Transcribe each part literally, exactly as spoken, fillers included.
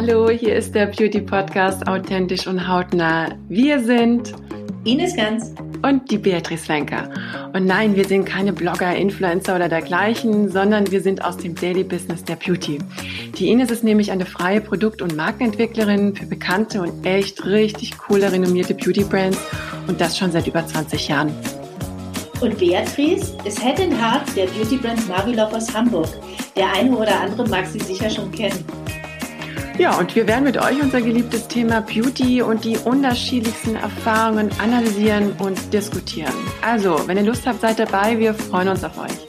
Hallo, hier ist der Beauty Podcast Authentisch und hautnah. Wir sind Ines Ganz und die Beatrice Wenker. Und nein, wir sind keine Blogger, Influencer oder dergleichen, sondern wir sind aus dem Daily Business der Beauty. Die Ines ist nämlich eine freie Produkt- und Markenentwicklerin für bekannte und echt richtig coole, renommierte Beauty-Brands und das schon seit über zwanzig Jahren. Und Beatrice ist Head and Heart der Beauty-Brand Marvelove aus Hamburg. Der eine oder andere mag sie sicher schon kennen. Ja, und wir werden mit euch unser geliebtes Thema Beauty und die unterschiedlichsten Erfahrungen analysieren und diskutieren. Also, wenn ihr Lust habt, seid dabei. Wir freuen uns auf euch.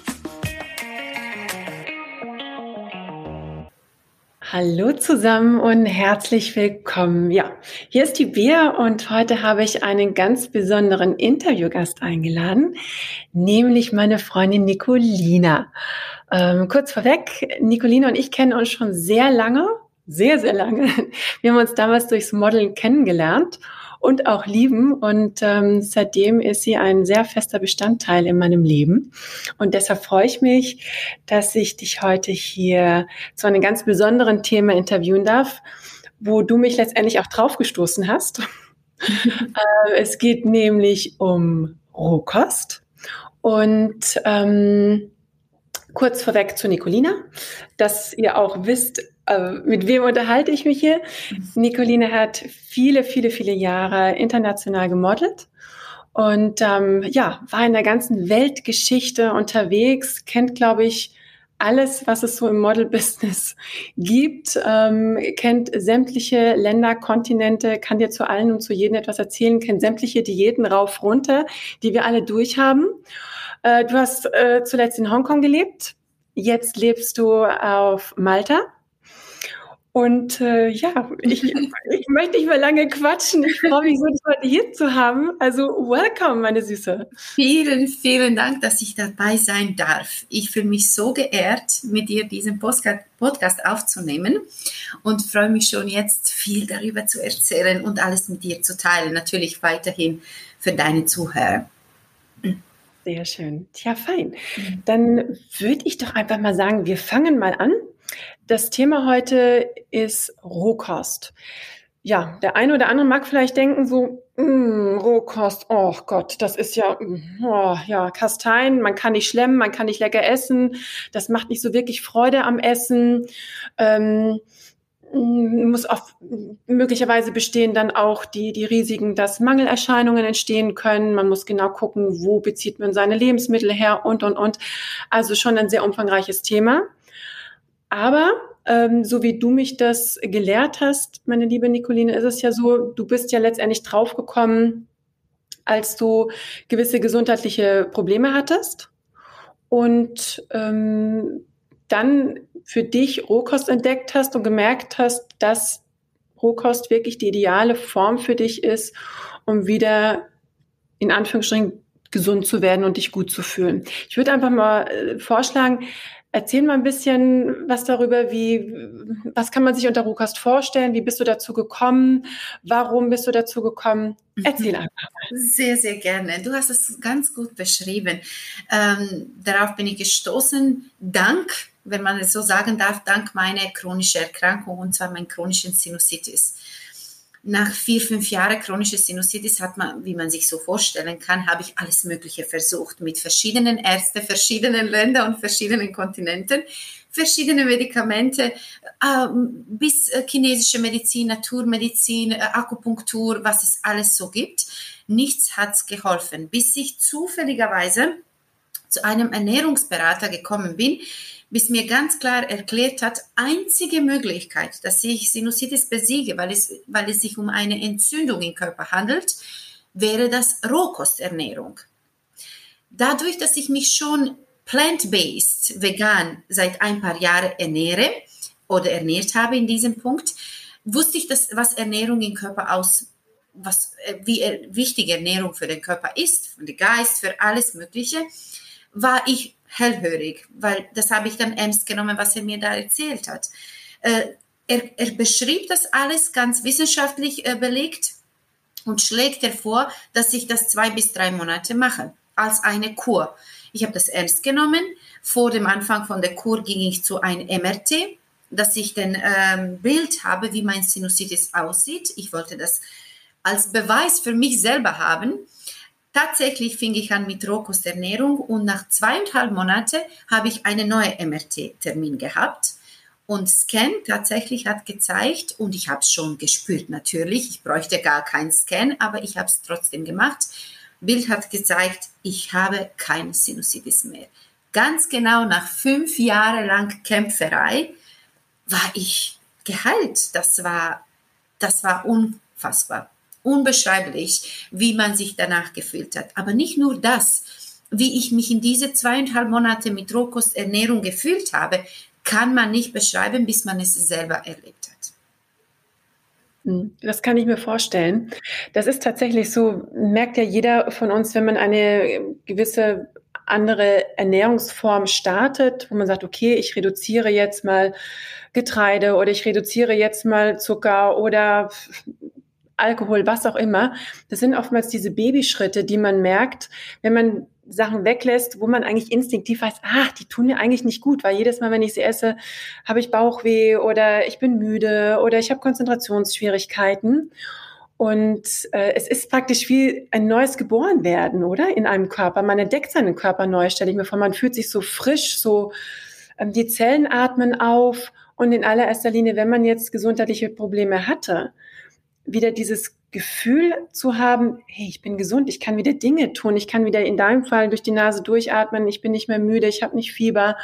Hallo zusammen und herzlich willkommen. Ja, hier ist die Bea und heute habe ich einen ganz besonderen Interviewgast eingeladen, nämlich meine Freundin Nicolina. Ähm, kurz vorweg, Nicolina und ich kennen uns schon sehr lange. Sehr, sehr lange. Wir haben uns damals durchs Modeln kennengelernt und auch lieben. Und ähm, seitdem ist sie ein sehr fester Bestandteil in meinem Leben. Und deshalb freue ich mich, dass ich dich heute hier zu einem ganz besonderen Thema interviewen darf, wo du mich letztendlich auch draufgestoßen hast. äh, es geht nämlich um Rohkost. Und ähm, kurz vorweg zu Nicolina, dass ihr auch wisst, mit wem unterhalte ich mich hier? Nicolina hat viele, viele, viele Jahre international gemodelt und ähm, ja, war in der ganzen Weltgeschichte unterwegs, kennt, glaube ich, alles, was es so im Model-Business gibt, ähm, kennt sämtliche Länder, Kontinente, kann dir zu allen und zu jedem etwas erzählen, kennt sämtliche Diäten rauf, runter, die wir alle durchhaben. Äh, du hast äh, zuletzt in Hongkong gelebt, jetzt lebst du auf Malta. Und äh, ja, ich, ich möchte nicht mehr lange quatschen. Ich freue mich so, dich heute hier zu haben. Also welcome, meine Süße. Vielen, vielen Dank, dass ich dabei sein darf. Ich fühle mich so geehrt, mit dir diesen Podcast aufzunehmen und freue mich schon jetzt, viel darüber zu erzählen und alles mit dir zu teilen. Natürlich weiterhin für deine Zuhörer. Sehr schön. Tja, fein. Dann würde ich doch einfach mal sagen, wir fangen mal an. Das Thema heute ist Rohkost. Ja, der eine oder andere mag vielleicht denken so, mm, Rohkost, oh Gott, das ist ja, oh, ja, Kasteien, man kann nicht schlemmen, man kann nicht lecker essen, das macht nicht so wirklich Freude am Essen. Ähm, muss auch möglicherweise bestehen dann auch die, die Risiken, dass Mangelerscheinungen entstehen können. Man muss genau gucken, wo bezieht man seine Lebensmittel her und, und, und. Also schon ein sehr umfangreiches Thema. Aber ähm, so wie du mich das gelehrt hast, meine liebe Nicolina, ist es ja so, du bist ja letztendlich draufgekommen, als du gewisse gesundheitliche Probleme hattest und ähm, dann für dich Rohkost entdeckt hast und gemerkt hast, dass Rohkost wirklich die ideale Form für dich ist, um wieder in Anführungsstrichen gesund zu werden und dich gut zu fühlen. Ich würde einfach mal äh, vorschlagen, erzähl mal ein bisschen was darüber, wie, was kann man sich unter Rohkost vorstellen? Wie bist du dazu gekommen? Warum bist du dazu gekommen? Erzähl einfach mal. Sehr, sehr gerne. Du hast es ganz gut beschrieben. Ähm, darauf bin ich gestoßen, dank, wenn man es so sagen darf, dank meiner chronischen Erkrankung, und zwar meiner chronischen Sinusitis. Nach vier, fünf Jahren chronische Sinusitis hat man, wie man sich so vorstellen kann, habe ich alles Mögliche versucht mit verschiedenen Ärzten, verschiedenen Ländern und verschiedenen Kontinenten, verschiedene Medikamente, äh, bis äh, chinesische Medizin, Naturmedizin, äh, Akupunktur, was es alles so gibt. Nichts hat geholfen, bis ich zufälligerweise zu einem Ernährungsberater gekommen bin, bis mir ganz klar erklärt hat, einzige Möglichkeit, dass ich Sinusitis besiege, weil es, weil es sich um eine Entzündung im Körper handelt, wäre das Rohkosternährung. Dadurch, dass ich mich schon plant-based, vegan, seit ein paar Jahren ernähre oder ernährt habe in diesem Punkt, wusste ich, dass, was Ernährung im Körper aus, was, wie wichtig Ernährung für den Körper ist, für den Geist, für alles Mögliche, war ich hellhörig, weil das habe ich dann ernst genommen, was er mir da erzählt hat. Äh, er, er beschrieb das alles ganz wissenschaftlich äh, belegt und schlägt hervor, dass ich das zwei bis drei Monate mache, als eine Kur. Ich habe das ernst genommen. Vor dem Anfang von der Kur ging ich zu einem M R T dass ich den ähm, Bild habe, wie mein Sinusitis aussieht. Ich wollte das als Beweis für mich selber haben. Tatsächlich fing ich an mit Rohkosternährung und nach zweieinhalb Monaten habe ich einen neuen M R T-Termin gehabt. Und Scan tatsächlich hat gezeigt, und ich habe es schon gespürt natürlich, ich bräuchte gar keinen Scan, aber ich habe es trotzdem gemacht. Bild hat gezeigt, ich habe keine Sinusitis mehr. Ganz genau nach fünf Jahren lang Kämpferei war ich geheilt. Das war, das war unfassbar, unbeschreiblich, wie man sich danach gefühlt hat. Aber nicht nur das, wie ich mich in diese zweieinhalb Monate mit Rohkosternährung gefühlt habe, kann man nicht beschreiben, bis man es selber erlebt hat. Das kann ich mir vorstellen. Das ist tatsächlich so, merkt ja jeder von uns, wenn man eine gewisse andere Ernährungsform startet, wo man sagt, okay, ich reduziere jetzt mal Getreide oder ich reduziere jetzt mal Zucker oder Alkohol, was auch immer. Das sind oftmals diese Babyschritte, die man merkt, wenn man Sachen weglässt, wo man eigentlich instinktiv weiß, ach, die tun mir eigentlich nicht gut, weil jedes Mal, wenn ich sie esse, habe ich Bauchweh oder ich bin müde oder ich habe Konzentrationsschwierigkeiten. Und äh, es ist praktisch wie ein neues Geborenwerden, oder? In einem Körper. Man entdeckt seinen Körper neu, stelle ich mir vor. Man fühlt sich so frisch, so ähm, die Zellen atmen auf. Und in allererster Linie, wenn man jetzt gesundheitliche Probleme hatte, wieder dieses Gefühl zu haben, hey, ich bin gesund, ich kann wieder Dinge tun, ich kann wieder in deinem Fall durch die Nase durchatmen, ich bin nicht mehr müde, ich habe nicht Fieber.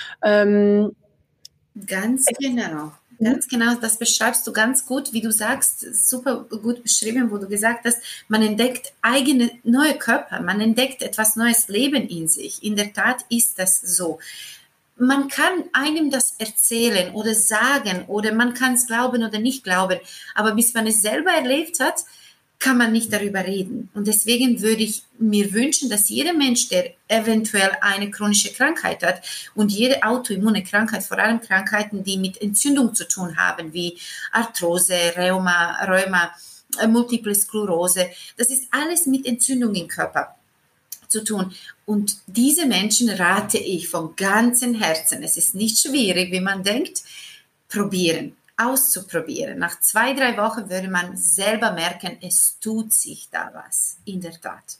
Ähm, ganz genau, ganz genau, das beschreibst du ganz gut, wie du sagst, super gut beschrieben, wo du gesagt hast, man entdeckt eigene neue Körper, man entdeckt etwas neues Leben in sich. In der Tat ist das so. Man kann einem das erzählen oder sagen oder man kann es glauben oder nicht glauben, aber bis man es selber erlebt hat, kann man nicht darüber reden. Und deswegen würde ich mir wünschen, dass jeder Mensch, der eventuell eine chronische Krankheit hat und jede autoimmune Krankheit, vor allem Krankheiten, die mit Entzündung zu tun haben, wie Arthrose, Rheuma, Rheuma, Multiple Sklerose, das ist alles mit Entzündung im Körper zu tun. Und diese Menschen rate ich von ganzem Herzen, es ist nicht schwierig, wie man denkt, probieren, auszuprobieren. Nach zwei, drei Wochen würde man selber merken, es tut sich da was, in der Tat.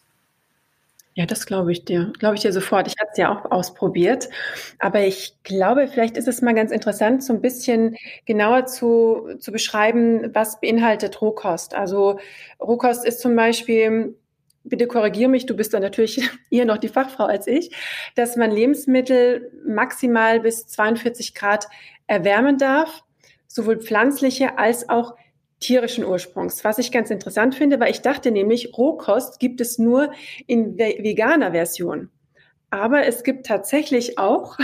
Ja, das glaube ich dir, glaube ich dir sofort. Ich habe es ja auch ausprobiert, aber ich glaube, vielleicht ist es mal ganz interessant, so ein bisschen genauer zu, zu beschreiben, was beinhaltet Rohkost. Also Rohkost ist zum Beispiel, bitte korrigiere mich, du bist dann natürlich eher noch die Fachfrau als ich, dass man Lebensmittel maximal bis zweiundvierzig Grad erwärmen darf, sowohl pflanzliche als auch tierischen Ursprungs. Was ich ganz interessant finde, weil ich dachte nämlich, Rohkost gibt es nur in veganer Version. Aber es gibt tatsächlich auch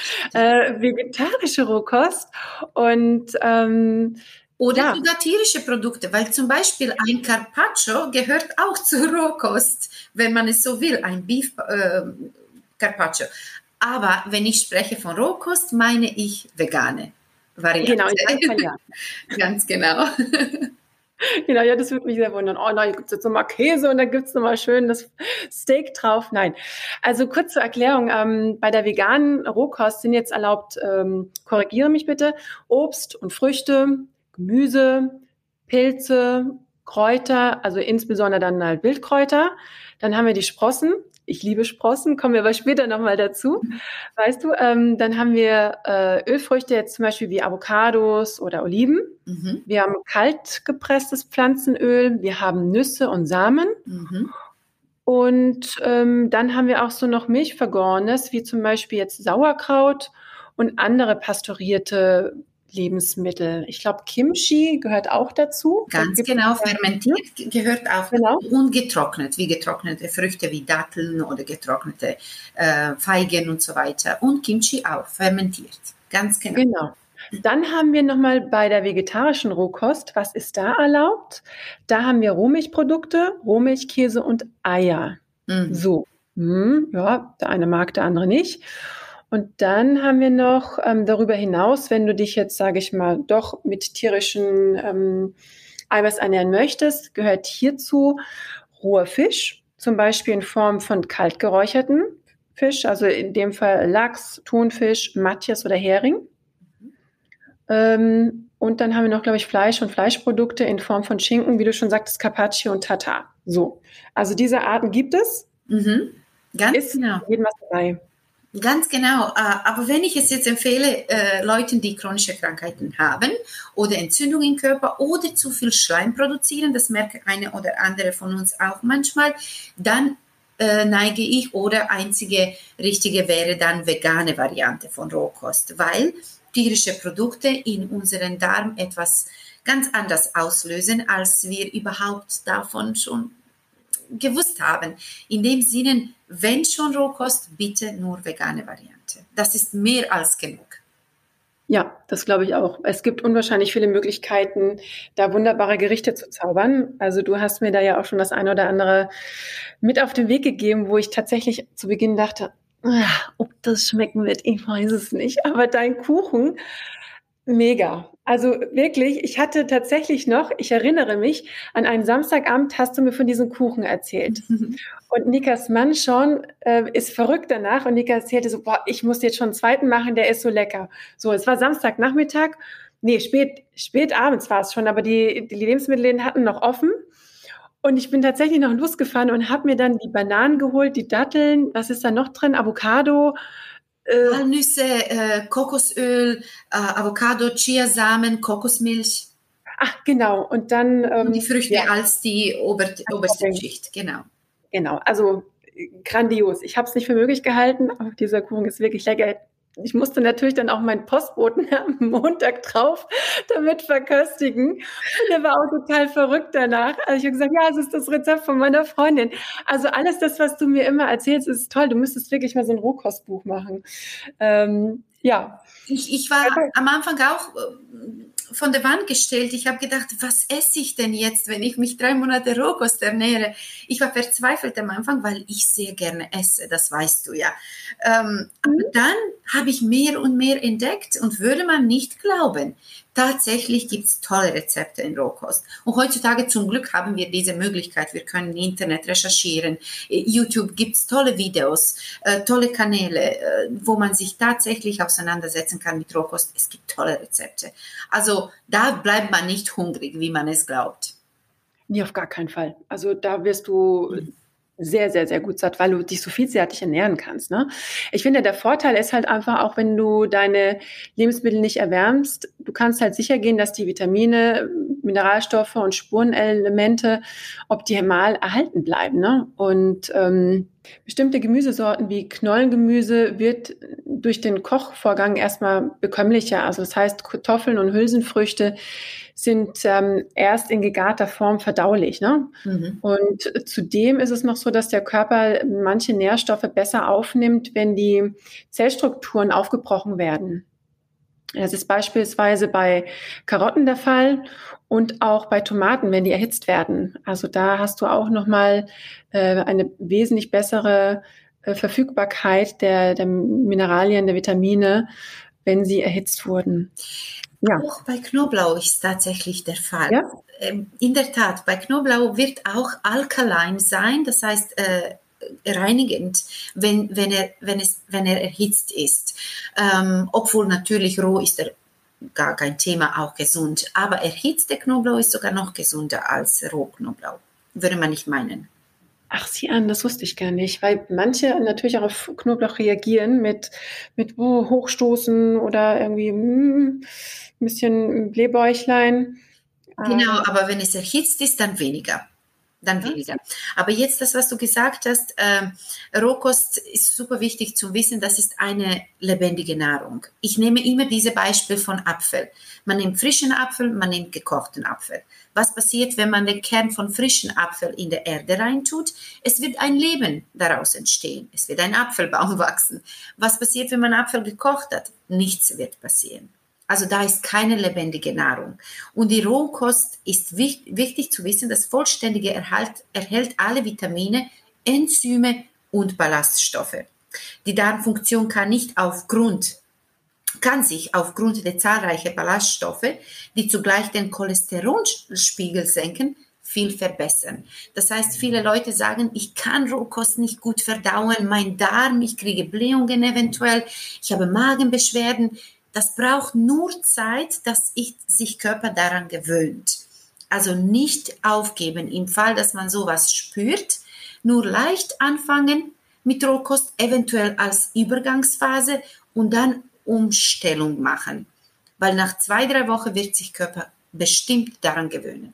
äh, vegetarische Rohkost und ähm, Oder ja. sogar tierische Produkte, weil zum Beispiel ein Carpaccio gehört auch zur Rohkost, wenn man es so will, ein Beef äh, Carpaccio. Aber wenn ich spreche von Rohkost, meine ich vegane Variante. Genau, in dem Fall, ja. Ganz genau. Genau, ja, das würde mich sehr wundern. Oh nein, gibt es jetzt nochmal Käse und dann gibt es nochmal schön das Steak drauf. Nein. Also kurz zur Erklärung, ähm, bei der veganen Rohkost sind jetzt erlaubt, ähm, korrigiere mich bitte, Obst und Früchte, Gemüse, Pilze, Kräuter, also insbesondere dann halt Wildkräuter. Dann haben wir die Sprossen. Ich liebe Sprossen, kommen wir aber später nochmal dazu. Weißt du, ähm, dann haben wir äh, Ölfrüchte, jetzt zum Beispiel wie Avocados oder Oliven. Mhm. Wir haben kalt gepresstes Pflanzenöl. Wir haben Nüsse und Samen. Mhm. Und ähm, dann haben wir auch so noch Milchvergorenes, wie zum Beispiel jetzt Sauerkraut und andere pasteurierte Lebensmittel. Ich glaube, Kimchi gehört auch dazu. Ganz genau, fermentiert gehört auch genau. Und getrocknet, wie getrocknete Früchte wie Datteln oder getrocknete äh, Feigen und so weiter. Und Kimchi auch, fermentiert. Ganz genau. Genau. Dann haben wir nochmal bei der vegetarischen Rohkost, was ist da erlaubt? Da haben wir Rohmilchprodukte, Rohmilchkäse und Eier. Mhm. So, hm, ja, der eine mag, der andere nicht. Und dann haben wir noch ähm, darüber hinaus, wenn du dich jetzt, sage ich mal, doch mit tierischen ähm, Eiweiß ernähren möchtest, gehört hierzu roher Fisch, zum Beispiel in Form von kalt geräucherten Fisch, also in dem Fall Lachs, Thunfisch, Matjes oder Hering. Ähm, und dann haben wir noch, glaube ich, Fleisch und Fleischprodukte in Form von Schinken, wie du schon sagtest, Carpaccio und Tartar. So. Also diese Arten gibt es. Mhm. Ganz Ist genau. jedem was dabei. Ganz genau. Aber wenn ich es jetzt empfehle, Leuten, die chronische Krankheiten haben oder Entzündungen im Körper oder zu viel Schleim produzieren, das merkt eine oder andere von uns auch manchmal, dann neige ich oder einzige richtige wäre dann vegane Variante von Rohkost, weil tierische Produkte in unseren Darm etwas ganz anders auslösen, als wir überhaupt davon schon gewusst haben. In dem Sinne, wenn schon Rohkost, bitte nur vegane Variante. Das ist mehr als genug. Ja, das glaube ich auch. Es gibt unwahrscheinlich viele Möglichkeiten, da wunderbare Gerichte zu zaubern. Also du hast mir da ja auch schon das eine oder andere mit auf den Weg gegeben, wo ich tatsächlich zu Beginn dachte, ach, ob das schmecken wird, ich weiß es nicht. Aber dein Kuchen, mega. Also wirklich, ich hatte tatsächlich noch, ich erinnere mich, an einen Samstagabend hast du mir von diesem Kuchen erzählt. Und Nikas Mann schon äh, ist verrückt danach und Nika erzählte so, boah, ich muss jetzt schon einen zweiten machen, der ist so lecker. So, es war Samstagnachmittag, nee, spät, spät abends war es schon, aber die, die Lebensmittelläden hatten noch offen. Und ich bin tatsächlich noch losgefahren und habe mir dann die Bananen geholt, die Datteln, was ist da noch drin, Avocado, Walnüsse, äh, Kokosöl, äh, Avocado, Chiasamen, Kokosmilch. Ach, genau. Und dann ähm, und die Früchte ja. als die Ober oberste Schicht, genau. Genau, also grandios. Ich habe es nicht für möglich gehalten, aber dieser Kuchen ist wirklich lecker. Ich musste natürlich dann auch meinen Postboten am Montag drauf damit verköstigen. Und der war auch total verrückt danach. Also ich habe gesagt, ja, es ist das Rezept von meiner Freundin. Also alles das, was du mir immer erzählst, ist toll. Du müsstest wirklich mal so ein Rohkostbuch machen. Ähm, ja. Ich, ich war am Anfang auch von der Wand gestellt. Ich habe gedacht, was esse ich denn jetzt, wenn ich mich drei Monate Rohkost ernähre? Ich war verzweifelt am Anfang, weil ich sehr gerne esse, das weißt du ja. Ähm, mhm. Aber dann habe ich mehr und mehr entdeckt und würde man nicht glauben, tatsächlich gibt es tolle Rezepte in Rohkost. Und heutzutage zum Glück haben wir diese Möglichkeit. Wir können im Internet recherchieren. YouTube gibt es tolle Videos, äh, tolle Kanäle, äh, wo man sich tatsächlich auseinandersetzen kann mit Rohkost. Es gibt tolle Rezepte. Also da bleibt man nicht hungrig, wie man es glaubt. Nee, auf gar keinen Fall. Also da wirst du mhm. sehr, sehr, sehr gut satt, weil du dich so vielseitig ernähren kannst. Ne? Ich finde, der Vorteil ist halt einfach, auch wenn du deine Lebensmittel nicht erwärmst, du kannst halt sicher gehen, dass die Vitamine, Mineralstoffe und Spurenelemente optimal erhalten bleiben. Ne? Und ähm, bestimmte Gemüsesorten wie Knollengemüse wird durch den Kochvorgang erstmal bekömmlicher. Also das heißt, Kartoffeln und Hülsenfrüchte sind ähm, erst in gegarter Form verdaulich. Ne? Mhm. Und zudem ist es noch so, dass der Körper manche Nährstoffe besser aufnimmt, wenn die Zellstrukturen aufgebrochen werden. Das ist beispielsweise bei Karotten der Fall und auch bei Tomaten, wenn die erhitzt werden. Also da hast du auch nochmal äh, eine wesentlich bessere äh, Verfügbarkeit der, der Mineralien, der Vitamine, wenn sie erhitzt wurden. Ja. Auch bei Knoblauch ist tatsächlich der Fall. Ja? In der Tat, bei Knoblauch wird auch alkaline sein, das heißt äh, reinigend, wenn, wenn, er, wenn, es, wenn er erhitzt ist. Ähm, obwohl natürlich roh ist er gar kein Thema, auch gesund. Aber erhitzte Knoblauch ist sogar noch gesünder als Rohknoblauch, würde man nicht meinen. Ach, sieh an, das wusste ich gar nicht, weil manche natürlich auch auf Knoblauch reagieren mit, mit oh, Hochstoßen oder irgendwie mm, ein bisschen Blähbäuchlein. Genau, aber wenn es erhitzt ist, dann weniger. Dann weniger. Aber jetzt das, was du gesagt hast, äh, Rohkost ist super wichtig zu wissen, das ist eine lebendige Nahrung. Ich nehme immer diese Beispiel von Apfel. Man nimmt frischen Apfel, man nimmt gekochten Apfel. Was passiert, wenn man den Kern von frischen Apfel in der Erde reintut? Es wird ein Leben daraus entstehen. Es wird ein Apfelbaum wachsen. Was passiert, wenn man Apfel gekocht hat? Nichts wird passieren. Also da ist keine lebendige Nahrung. Und die Rohkost ist wichtig, wichtig zu wissen, dass vollständige Erhalt erhält alle Vitamine, Enzyme und Ballaststoffe. Die Darmfunktion kann nicht aufgrund, kann sich aufgrund der zahlreichen Ballaststoffe, die zugleich den Cholesterolspiegel senken, viel verbessern. Das heißt, viele Leute sagen, ich kann Rohkost nicht gut verdauen, mein Darm, ich kriege Blähungen eventuell, ich habe Magenbeschwerden. Das braucht nur Zeit, dass ich, sich Körper daran gewöhnt. Also nicht aufgeben im Fall, dass man sowas spürt, nur leicht anfangen mit Rohkost, eventuell als Übergangsphase und dann Umstellung machen. Weil nach zwei, drei Wochen wird sich Körper bestimmt daran gewöhnen.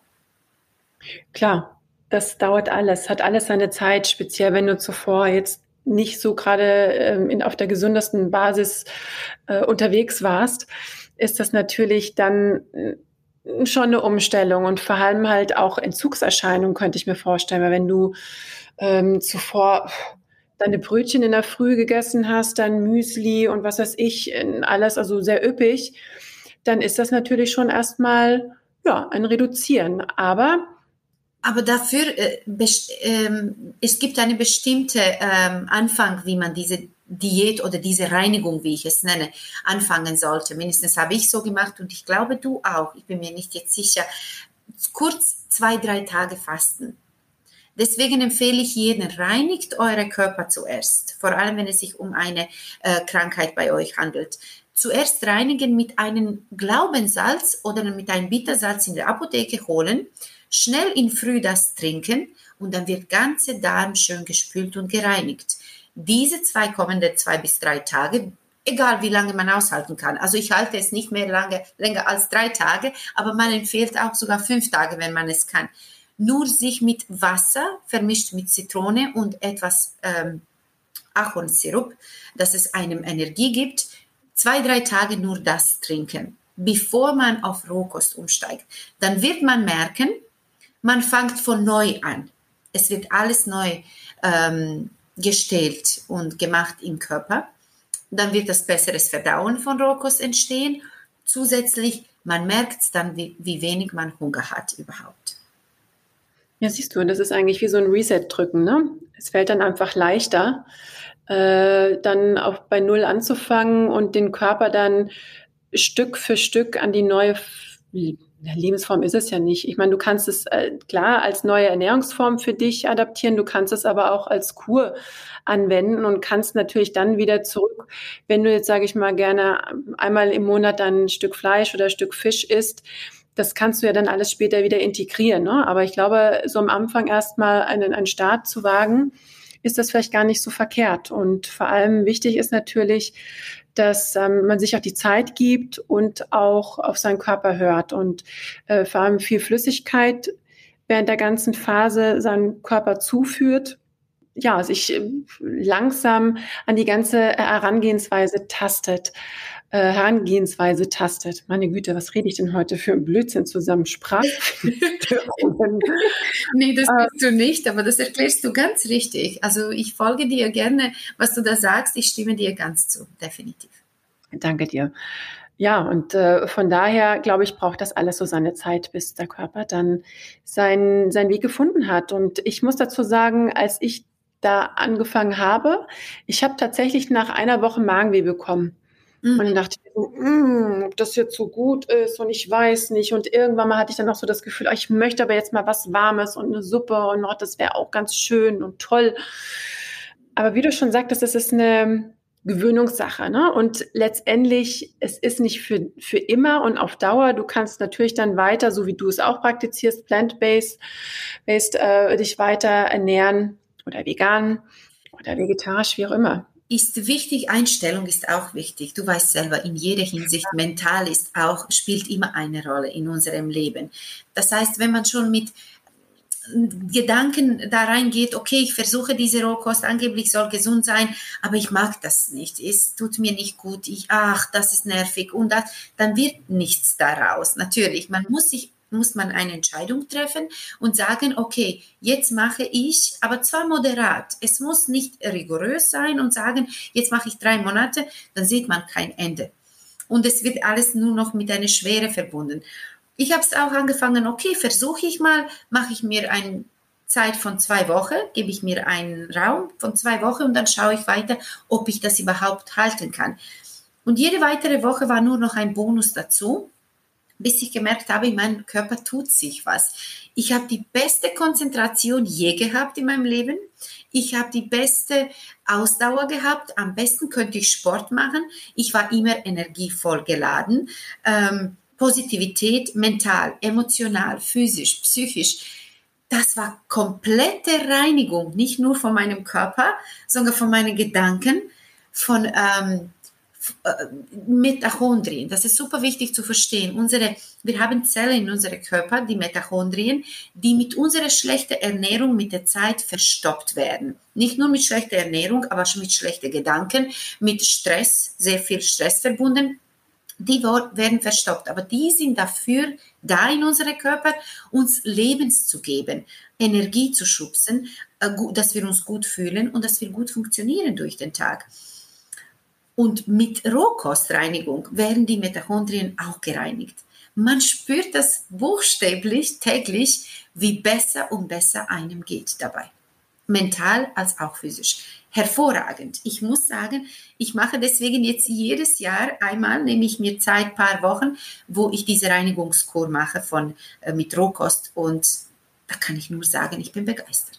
Klar, das dauert alles, hat alles seine Zeit, speziell wenn du zuvor jetzt nicht so gerade ähm, in, auf der gesündesten Basis äh, unterwegs warst, ist das natürlich dann äh, schon eine Umstellung und vor allem halt auch Entzugserscheinungen, könnte ich mir vorstellen, weil wenn du ähm, zuvor deine Brötchen in der Früh gegessen hast, dann Müsli und was weiß ich, alles, also sehr üppig, dann ist das natürlich schon erstmal ja, ein Reduzieren. Aber Aber dafür, äh, best, ähm, es gibt eine bestimmte ähm, Anfang, wie man diese Diät oder diese Reinigung, wie ich es nenne, anfangen sollte. Mindestens habe ich so gemacht und ich glaube, du auch. Ich bin mir nicht jetzt sicher. Kurz zwei, drei Tage fasten. Deswegen empfehle ich jedem, reinigt eure Körper zuerst. Vor allem, wenn es sich um eine äh, Krankheit bei euch handelt. Zuerst reinigen mit einem Glaubensalz oder mit einem Bittersalz in der Apotheke holen. Schnell in Früh das trinken und dann wird ganze Darm schön gespült und gereinigt. Diese zwei kommenden zwei bis drei Tage, egal wie lange man aushalten kann. Also ich halte es nicht mehr lange, länger als drei Tage, aber man empfiehlt auch sogar fünf Tage, wenn man es kann. Nur sich mit Wasser vermischt mit Zitrone und etwas ähm, Ahornsirup, dass es einem Energie gibt, zwei, drei Tage nur das trinken, bevor man auf Rohkost umsteigt. Dann wird man merken, man fängt von neu an. Es wird alles neu ähm, gestellt und gemacht im Körper. Dann wird das besseres Verdauen von Rohkost entstehen. Zusätzlich, man merkt dann, wie, wie wenig man Hunger hat überhaupt. Ja, siehst du, das ist eigentlich wie so ein Reset-Drücken, ne? Es fällt dann einfach leichter, äh, dann auch bei Null anzufangen und den Körper dann Stück für Stück an die neue Lebensform ist es ja nicht. Ich meine, du kannst es äh, klar als neue Ernährungsform für dich adaptieren, du kannst es aber auch als Kur anwenden und kannst natürlich dann wieder zurück, wenn du jetzt, sage ich mal, gerne einmal im Monat dann ein Stück Fleisch oder ein Stück Fisch isst, das kannst du ja dann alles später wieder integrieren, ne? Aber ich glaube, so am Anfang erstmal einen, einen Start zu wagen, ist das vielleicht gar nicht so verkehrt. Und vor allem wichtig ist natürlich, dass ähm, man sich auch die Zeit gibt und auch auf seinen Körper hört und äh, vor allem viel Flüssigkeit während der ganzen Phase seinem Körper zuführt. Ja, sich äh, langsam an die ganze Herangehensweise tastet. Äh, Herangehensweise tastet. Meine Güte, was rede ich denn heute für einen Blödsinn zusammen? Sprachstörungen. Nee, das bist du nicht, aber das erklärst du ganz richtig. Also ich folge dir gerne, was du da sagst. Ich stimme dir ganz zu, definitiv. Danke dir. Ja, und äh, von daher, glaube ich, braucht das alles so seine Zeit, bis der Körper dann sein, seinen Weg gefunden hat. Und ich muss dazu sagen, als ich da angefangen habe, ich habe tatsächlich nach einer Woche Magenweh bekommen. Und dann dachte ich, mm, ob das jetzt so gut ist und ich weiß nicht. Und irgendwann mal hatte ich dann auch so das Gefühl, oh, ich möchte aber jetzt mal was Warmes und eine Suppe und oh, das wäre auch ganz schön und toll. Aber wie du schon sagtest, das ist eine Gewöhnungssache, ne? Und letztendlich, es ist nicht für, für immer und auf Dauer. Du kannst natürlich dann weiter, so wie du es auch praktizierst, plant-based, based, äh, dich weiter ernähren oder vegan oder vegetarisch, wie auch immer. Ist wichtig, Einstellung ist auch wichtig. Du weißt selber, in jeder Hinsicht, mental ist auch, spielt immer eine Rolle in unserem Leben. Das heißt, wenn man schon mit Gedanken da reingeht, okay, ich versuche diese Rohkost, angeblich soll gesund sein, aber ich mag das nicht, es tut mir nicht gut, ich, ach, das ist nervig und das, dann wird nichts daraus. Natürlich, man muss sich muss man eine Entscheidung treffen und sagen, okay, jetzt mache ich, aber zwar moderat. Es muss nicht rigorös sein und sagen, jetzt mache ich drei Monate, dann sieht man kein Ende. Und es wird alles nur noch mit einer Schwere verbunden. Ich habe es auch angefangen, okay, versuche ich mal, mache ich mir eine Zeit von zwei Wochen, gebe ich mir einen Raum von zwei Wochen und dann schaue ich weiter, ob ich das überhaupt halten kann. Und jede weitere Woche war nur noch ein Bonus dazu. bis ich gemerkt habe, in meinem Körper tut sich was. Ich habe die beste Konzentration je gehabt in meinem Leben. Ich habe die beste Ausdauer gehabt. Am besten könnte ich Sport machen. Ich war immer energievoll geladen. Ähm, Positivität, mental, emotional, physisch, psychisch. Das war komplette Reinigung, nicht nur von meinem Körper, sondern von meinen Gedanken, von ähm, Mitochondrien. Das ist super wichtig zu verstehen. Unsere, wir haben Zellen in unserem Körper, die Mitochondrien, die mit unserer schlechten Ernährung mit der Zeit verstopft werden. Nicht nur mit schlechter Ernährung, aber schon mit schlechten Gedanken, mit Stress, sehr viel Stress verbunden. Die werden verstopft, aber die sind dafür da in unserem Körper, uns Lebens zu geben, Energie zu schubsen, dass wir uns gut fühlen und dass wir gut funktionieren durch den Tag. Und mit Rohkostreinigung werden die Mitochondrien auch gereinigt. Man spürt das buchstäblich täglich, wie besser und besser einem geht dabei. Mental als auch physisch. Hervorragend. Ich muss sagen, ich mache deswegen jetzt jedes Jahr einmal, nehme ich mir Zeit, ein paar Wochen, wo ich diese Reinigungskur mache von, äh, mit Rohkost. Und da kann ich nur sagen, ich bin begeistert.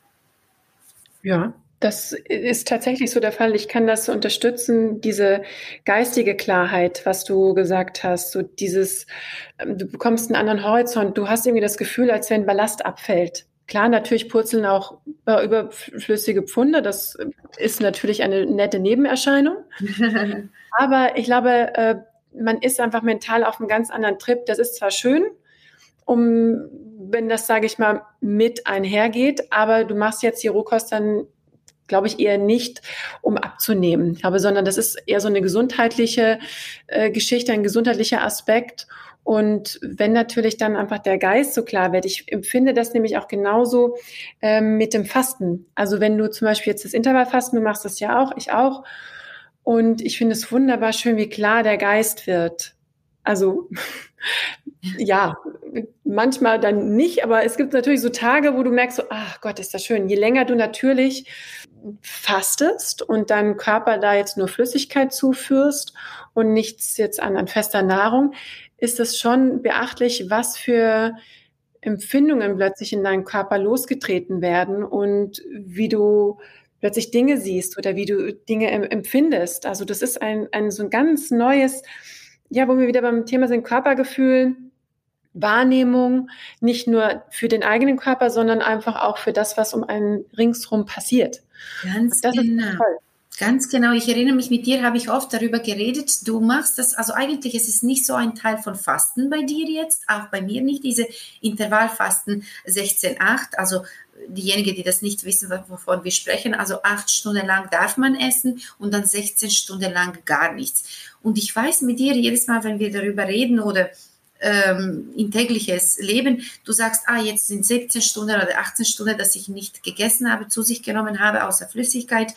Ja. Das ist tatsächlich so der Fall. Ich kann das unterstützen, diese geistige Klarheit, was du gesagt hast, so dieses, du bekommst einen anderen Horizont, du hast irgendwie das Gefühl, als wenn Ballast abfällt. Klar, natürlich purzeln auch überflüssige Pfunde, das ist natürlich eine nette Nebenerscheinung. Aber ich glaube, man ist einfach mental auf einem ganz anderen Trip. Das ist zwar schön, um, wenn das, sage ich mal, mit einhergeht, aber du machst jetzt die Rohkost dann, glaube ich, eher nicht, um abzunehmen. Ich glaube, sondern das ist eher so eine gesundheitliche äh, Geschichte, ein gesundheitlicher Aspekt. Und wenn natürlich dann einfach der Geist so klar wird, ich empfinde das nämlich auch genauso ähm, mit dem Fasten. Also wenn du zum Beispiel jetzt das Intervallfasten, du machst das ja auch, ich auch. Und ich finde es wunderbar schön, wie klar der Geist wird. Also ja, manchmal dann nicht, aber es gibt natürlich so Tage, wo du merkst, so, ach Gott, ist das schön. Je länger du natürlich fastest und deinem Körper da jetzt nur Flüssigkeit zuführst und nichts jetzt an, an fester Nahrung, ist es schon beachtlich, was für Empfindungen plötzlich in deinem Körper losgetreten werden und wie du plötzlich Dinge siehst oder wie du Dinge empfindest. Also das ist ein, ein so ein ganz neues, ja, wo wir wieder beim Thema sind, Körpergefühl, Wahrnehmung, nicht nur für den eigenen Körper, sondern einfach auch für das, was um einen ringsherum passiert. Ganz genau. Ganz genau. Ich erinnere mich, mit dir habe ich oft darüber geredet. Du machst das, also eigentlich ist es nicht so ein Teil von Fasten bei dir jetzt, auch bei mir nicht, diese Intervallfasten sechzehn acht. Also diejenigen, die das nicht wissen, wovon wir sprechen, also acht Stunden lang darf man essen und dann sechzehn Stunden lang gar nichts. Und ich weiß mit dir, jedes Mal, wenn wir darüber reden oder ähm, in tägliches Leben, du sagst, ah, jetzt sind siebzehn Stunden oder achtzehn Stunden, dass ich nicht gegessen habe, zu sich genommen habe, außer Flüssigkeit.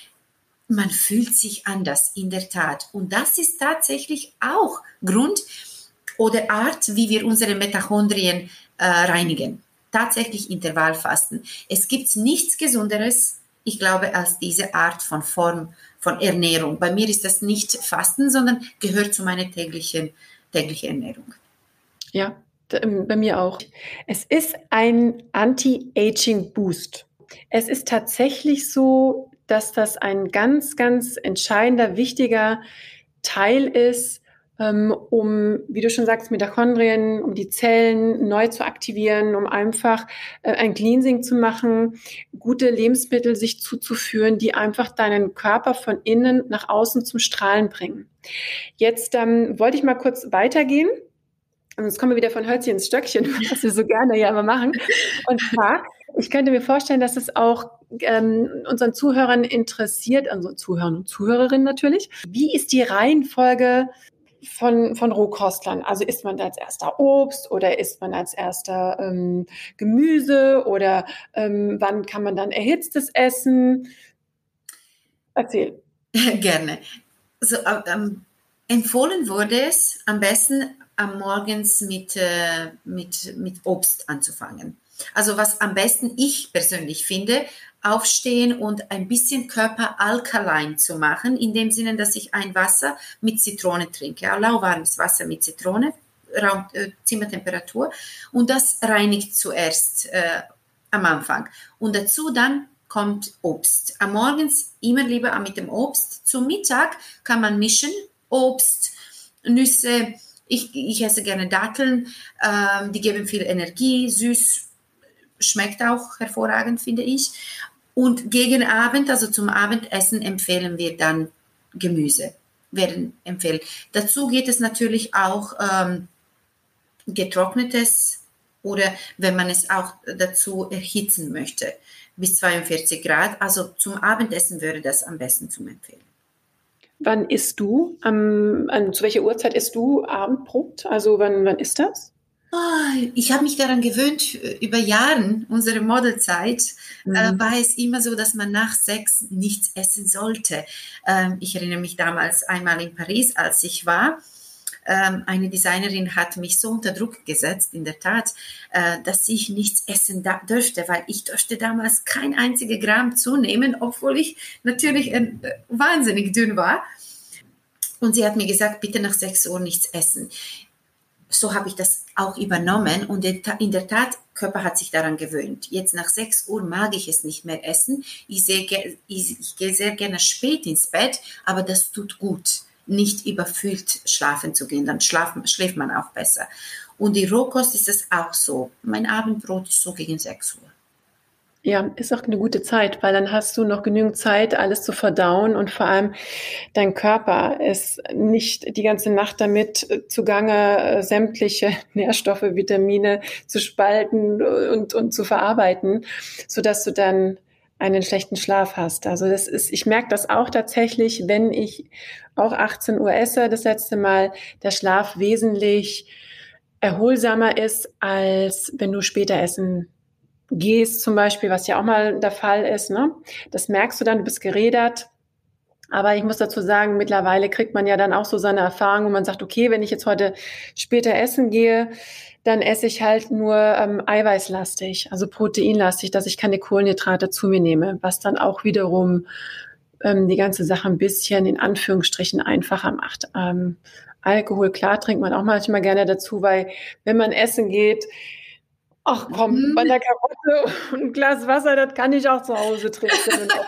Man fühlt sich anders, in der Tat. Und das ist tatsächlich auch Grund oder Art, wie wir unsere Mitochondrien äh, reinigen. Tatsächlich Intervallfasten. Es gibt nichts Gesunderes, ich glaube, als diese Art von Form von Ernährung. Bei mir ist das nicht Fasten, sondern gehört zu meiner täglichen, täglichen Ernährung. Ja, bei mir auch. Es ist ein Anti-Aging-Boost. Es ist tatsächlich so, dass das ein ganz, ganz entscheidender, wichtiger Teil ist, um, wie du schon sagst, Mitochondrien, um die Zellen neu zu aktivieren, um einfach ein Cleansing zu machen, gute Lebensmittel sich zuzuführen, die einfach deinen Körper von innen nach außen zum Strahlen bringen. Jetzt ähm, wollte ich mal kurz weitergehen. Und jetzt kommen wir wieder von Hölzchen ins Stöckchen, was wir so gerne ja immer machen. Und zwar, ich könnte mir vorstellen, dass es auch ähm, unseren Zuhörern interessiert, also Zuhörern und Zuhörerinnen natürlich. Wie ist die Reihenfolge von, von Rohkostlern? Also isst man da als erster Obst oder isst man als erster ähm, Gemüse oder ähm, wann kann man dann erhitztes essen? Erzähl. Gerne. Also, ähm, empfohlen wurde es am besten am Morgens mit, äh, mit, mit Obst anzufangen. Also was am besten ich persönlich finde, aufstehen und ein bisschen Körper alkaline zu machen, in dem Sinne, dass ich ein Wasser mit Zitrone trinke, lauwarmes Wasser mit Zitrone, Raum, äh, Zimmertemperatur und das reinigt zuerst äh, am Anfang. Und dazu dann kommt Obst. Am Morgens immer lieber mit dem Obst. Zum Mittag kann man mischen, Obst, Nüsse. Ich, ich esse gerne Datteln, ähm, die geben viel Energie, süß, schmeckt auch hervorragend, finde ich. Und gegen Abend, also zum Abendessen, empfehlen wir dann Gemüse, werden empfehlen. Dazu geht es natürlich auch ähm, getrocknetes oder wenn man es auch dazu erhitzen möchte, bis zweiundvierzig Grad. Also zum Abendessen wäre das am besten zum Empfehlen. Wann isst du? Um, an, zu welcher Uhrzeit isst du Abendbrot? Also wann, wann ist das? Oh, ich habe mich daran gewöhnt, über Jahre, unsere Modelzeit, mhm. äh, war es immer so, dass man nach sechs nichts essen sollte. Ähm, ich erinnere mich damals einmal in Paris, als ich war. Ähm, eine Designerin hat mich so unter Druck gesetzt, in der Tat, äh, dass ich nichts essen da- dürfte, weil ich durfte damals kein einziger Gramm zunehmen, obwohl ich natürlich äh, wahnsinnig dünn war. Und sie hat mir gesagt, bitte nach sechs Uhr nichts essen. So habe ich das auch übernommen und in der Tat, Körper hat sich daran gewöhnt. Jetzt nach sechs Uhr mag ich es nicht mehr essen. Ich, sehe, ich, ich gehe sehr gerne spät ins Bett, aber das tut gut, nicht überfüllt schlafen zu gehen. Dann schlafen, schläft man auch besser. Und die Rohkost ist es auch so. Mein Abendbrot ist so gegen sechs Uhr. Ja, ist auch eine gute Zeit, weil dann hast du noch genügend Zeit, alles zu verdauen und vor allem dein Körper ist nicht die ganze Nacht damit zugange, sämtliche Nährstoffe, Vitamine zu spalten und, und zu verarbeiten, sodass du dann einen schlechten Schlaf hast. Also das ist, ich merke das auch tatsächlich, wenn ich auch achtzehn Uhr esse, das letzte Mal, der Schlaf wesentlich erholsamer ist, als wenn du später essen gehst zum Beispiel, was ja auch mal der Fall ist, ne? Das merkst du dann, du bist gerädert. Aber ich muss dazu sagen, mittlerweile kriegt man ja dann auch so seine Erfahrung, wo man sagt, okay, wenn ich jetzt heute später essen gehe, dann esse ich halt nur ähm, eiweißlastig, also proteinlastig, dass ich keine Kohlenhydrate zu mir nehme, was dann auch wiederum ähm, die ganze Sache ein bisschen in Anführungsstrichen einfacher macht. Ähm, Alkohol, klar, trinkt man auch manchmal gerne dazu, weil wenn man essen geht, ach komm, bei einer Karotte und ein Glas Wasser, das kann ich auch zu Hause trinken.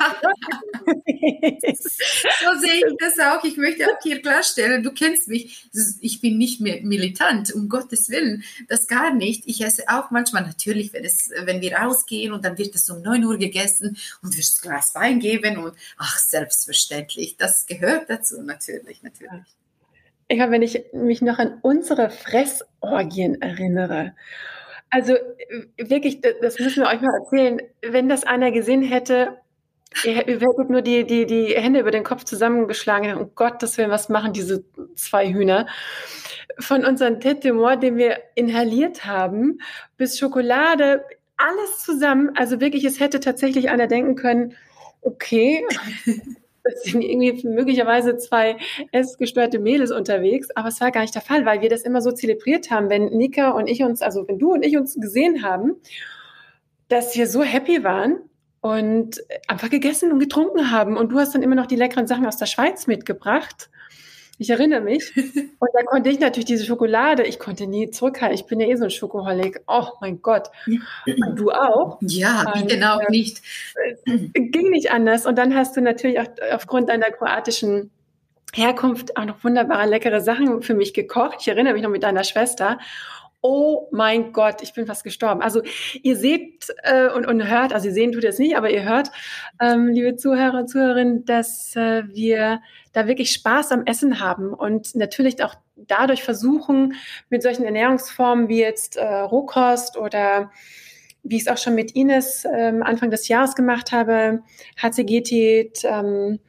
So sehe ich das auch. Ich möchte auch hier klarstellen, du kennst mich, ich bin nicht mehr militant, um Gottes Willen, das gar nicht. Ich esse auch manchmal natürlich, wenn, es, wenn wir rausgehen und dann wird es um neun Uhr gegessen und wir das Glas Wein geben und ach, selbstverständlich, das gehört dazu, natürlich, natürlich. Ich habe, wenn ich mich noch an unsere Fressorgien erinnere, also wirklich, das müssen wir euch mal erzählen. Wenn das einer gesehen hätte, ihr hättet nur die, die, die Hände über den Kopf zusammengeschlagen. Um Gottes Willen, was machen diese zwei Hühner? Von unserem Tête de Mort, den wir inhaliert haben, bis Schokolade, alles zusammen. Also wirklich, es hätte tatsächlich einer denken können, okay, das sind irgendwie möglicherweise zwei essgestörte Mädels unterwegs, aber es war gar nicht der Fall, weil wir das immer so zelebriert haben, wenn Nika und ich uns, also wenn du und ich uns gesehen haben, dass wir so happy waren und einfach gegessen und getrunken haben und du hast dann immer noch die leckeren Sachen aus der Schweiz mitgebracht. Ich erinnere mich. Und da konnte ich natürlich diese Schokolade, ich konnte nie zurückhalten. Ich bin ja eh so ein Schokoholik. Oh mein Gott. Und du auch? Ja, wie denn auch nicht. Ging nicht anders. Und dann hast du natürlich auch aufgrund deiner kroatischen Herkunft auch noch wunderbare, leckere Sachen für mich gekocht. Ich erinnere mich noch mit deiner Schwester. Oh mein Gott, ich bin fast gestorben. Also ihr seht äh, und, und hört, also ihr sehen tut es nicht, aber ihr hört, ähm, liebe Zuhörer und Zuhörerinnen, dass äh, wir da wirklich Spaß am Essen haben und natürlich auch dadurch versuchen, mit solchen Ernährungsformen wie jetzt äh, Rohkost oder wie ich es auch schon mit Ines ähm, Anfang des Jahres gemacht habe, H C G-Diät, ähm,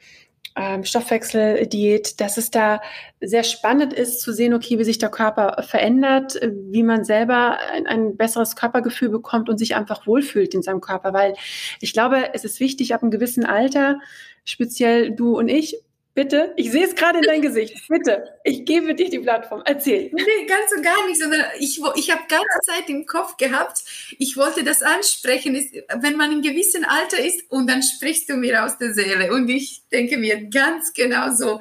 Stoffwechseldiät, dass es da sehr spannend ist zu sehen, okay, wie sich der Körper verändert, wie man selber ein, ein besseres Körpergefühl bekommt und sich einfach wohlfühlt in seinem Körper, weil ich glaube, es ist wichtig, ab einem gewissen Alter, speziell du und ich, bitte, ich sehe es gerade in dein Gesicht, bitte, ich gebe dir die Plattform, erzähl. Nee, ganz und gar nicht, sondern ich, ich habe ganze Zeit im Kopf gehabt, ich wollte das ansprechen, ist, wenn man in gewissem Alter ist und dann sprichst du mir aus der Seele und ich denke mir ganz genau so,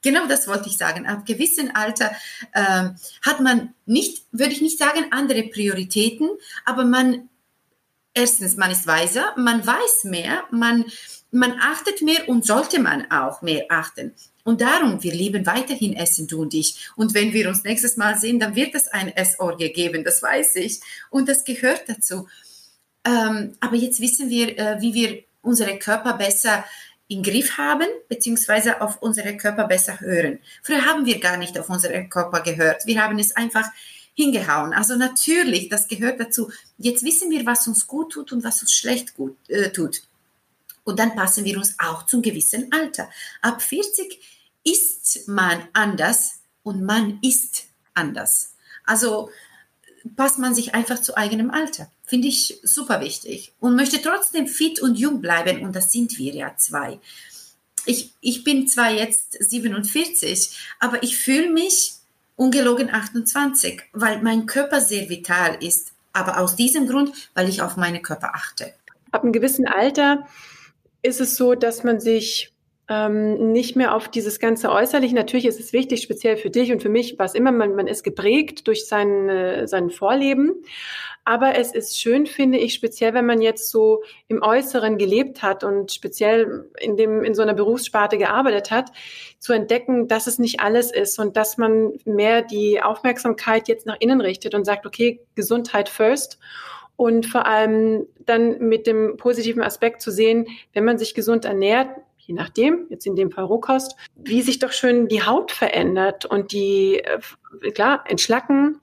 Genau das wollte ich sagen. Ab gewissem Alter ähm, hat man nicht, würde ich nicht sagen, andere Prioritäten, aber man, erstens, man ist weiser, man weiß mehr, man, man achtet mehr und sollte man auch mehr achten. Und darum, wir lieben weiterhin Essen, du und ich. Und wenn wir uns nächstes Mal sehen, dann wird es ein Essorgie geben, das weiß ich. Und das gehört dazu. Ähm, aber jetzt wissen wir, äh, wie wir unsere Körper besser im Griff haben, beziehungsweise auf unsere Körper besser hören. Früher haben wir gar nicht auf unseren Körper gehört. Wir haben es einfach hingehauen. Also natürlich, das gehört dazu. Jetzt wissen wir, was uns gut tut und was uns schlecht gut äh, tut. Und dann passen wir uns auch zum gewissen Alter. Ab vierzig ist man anders und man ist anders. Also passt man sich einfach zu eigenem Alter. Finde ich super wichtig. Und möchte trotzdem fit und jung bleiben. Und das sind wir ja zwei. Ich, ich bin zwar jetzt siebenundvierzig, aber ich fühle mich ungelogen achtundzwanzig, weil mein Körper sehr vital ist. Aber aus diesem Grund, weil ich auf meinen Körper achte. Ab einem gewissen Alter ist es so, dass man sich ähm, nicht mehr auf dieses ganze Äußerliche, natürlich ist es wichtig, speziell für dich und für mich, was immer, man, man ist geprägt durch sein, äh, sein Vorleben, aber es ist schön, finde ich, speziell, wenn man jetzt so im Äußeren gelebt hat und speziell in dem, in so einer Berufssparte gearbeitet hat, zu entdecken, dass es nicht alles ist und dass man mehr die Aufmerksamkeit jetzt nach innen richtet und sagt, okay, Gesundheit first. Und vor allem dann mit dem positiven Aspekt zu sehen, wenn man sich gesund ernährt, je nachdem, jetzt in dem Fall Rohkost, wie sich doch schön die Haut verändert und die, klar, entschlacken,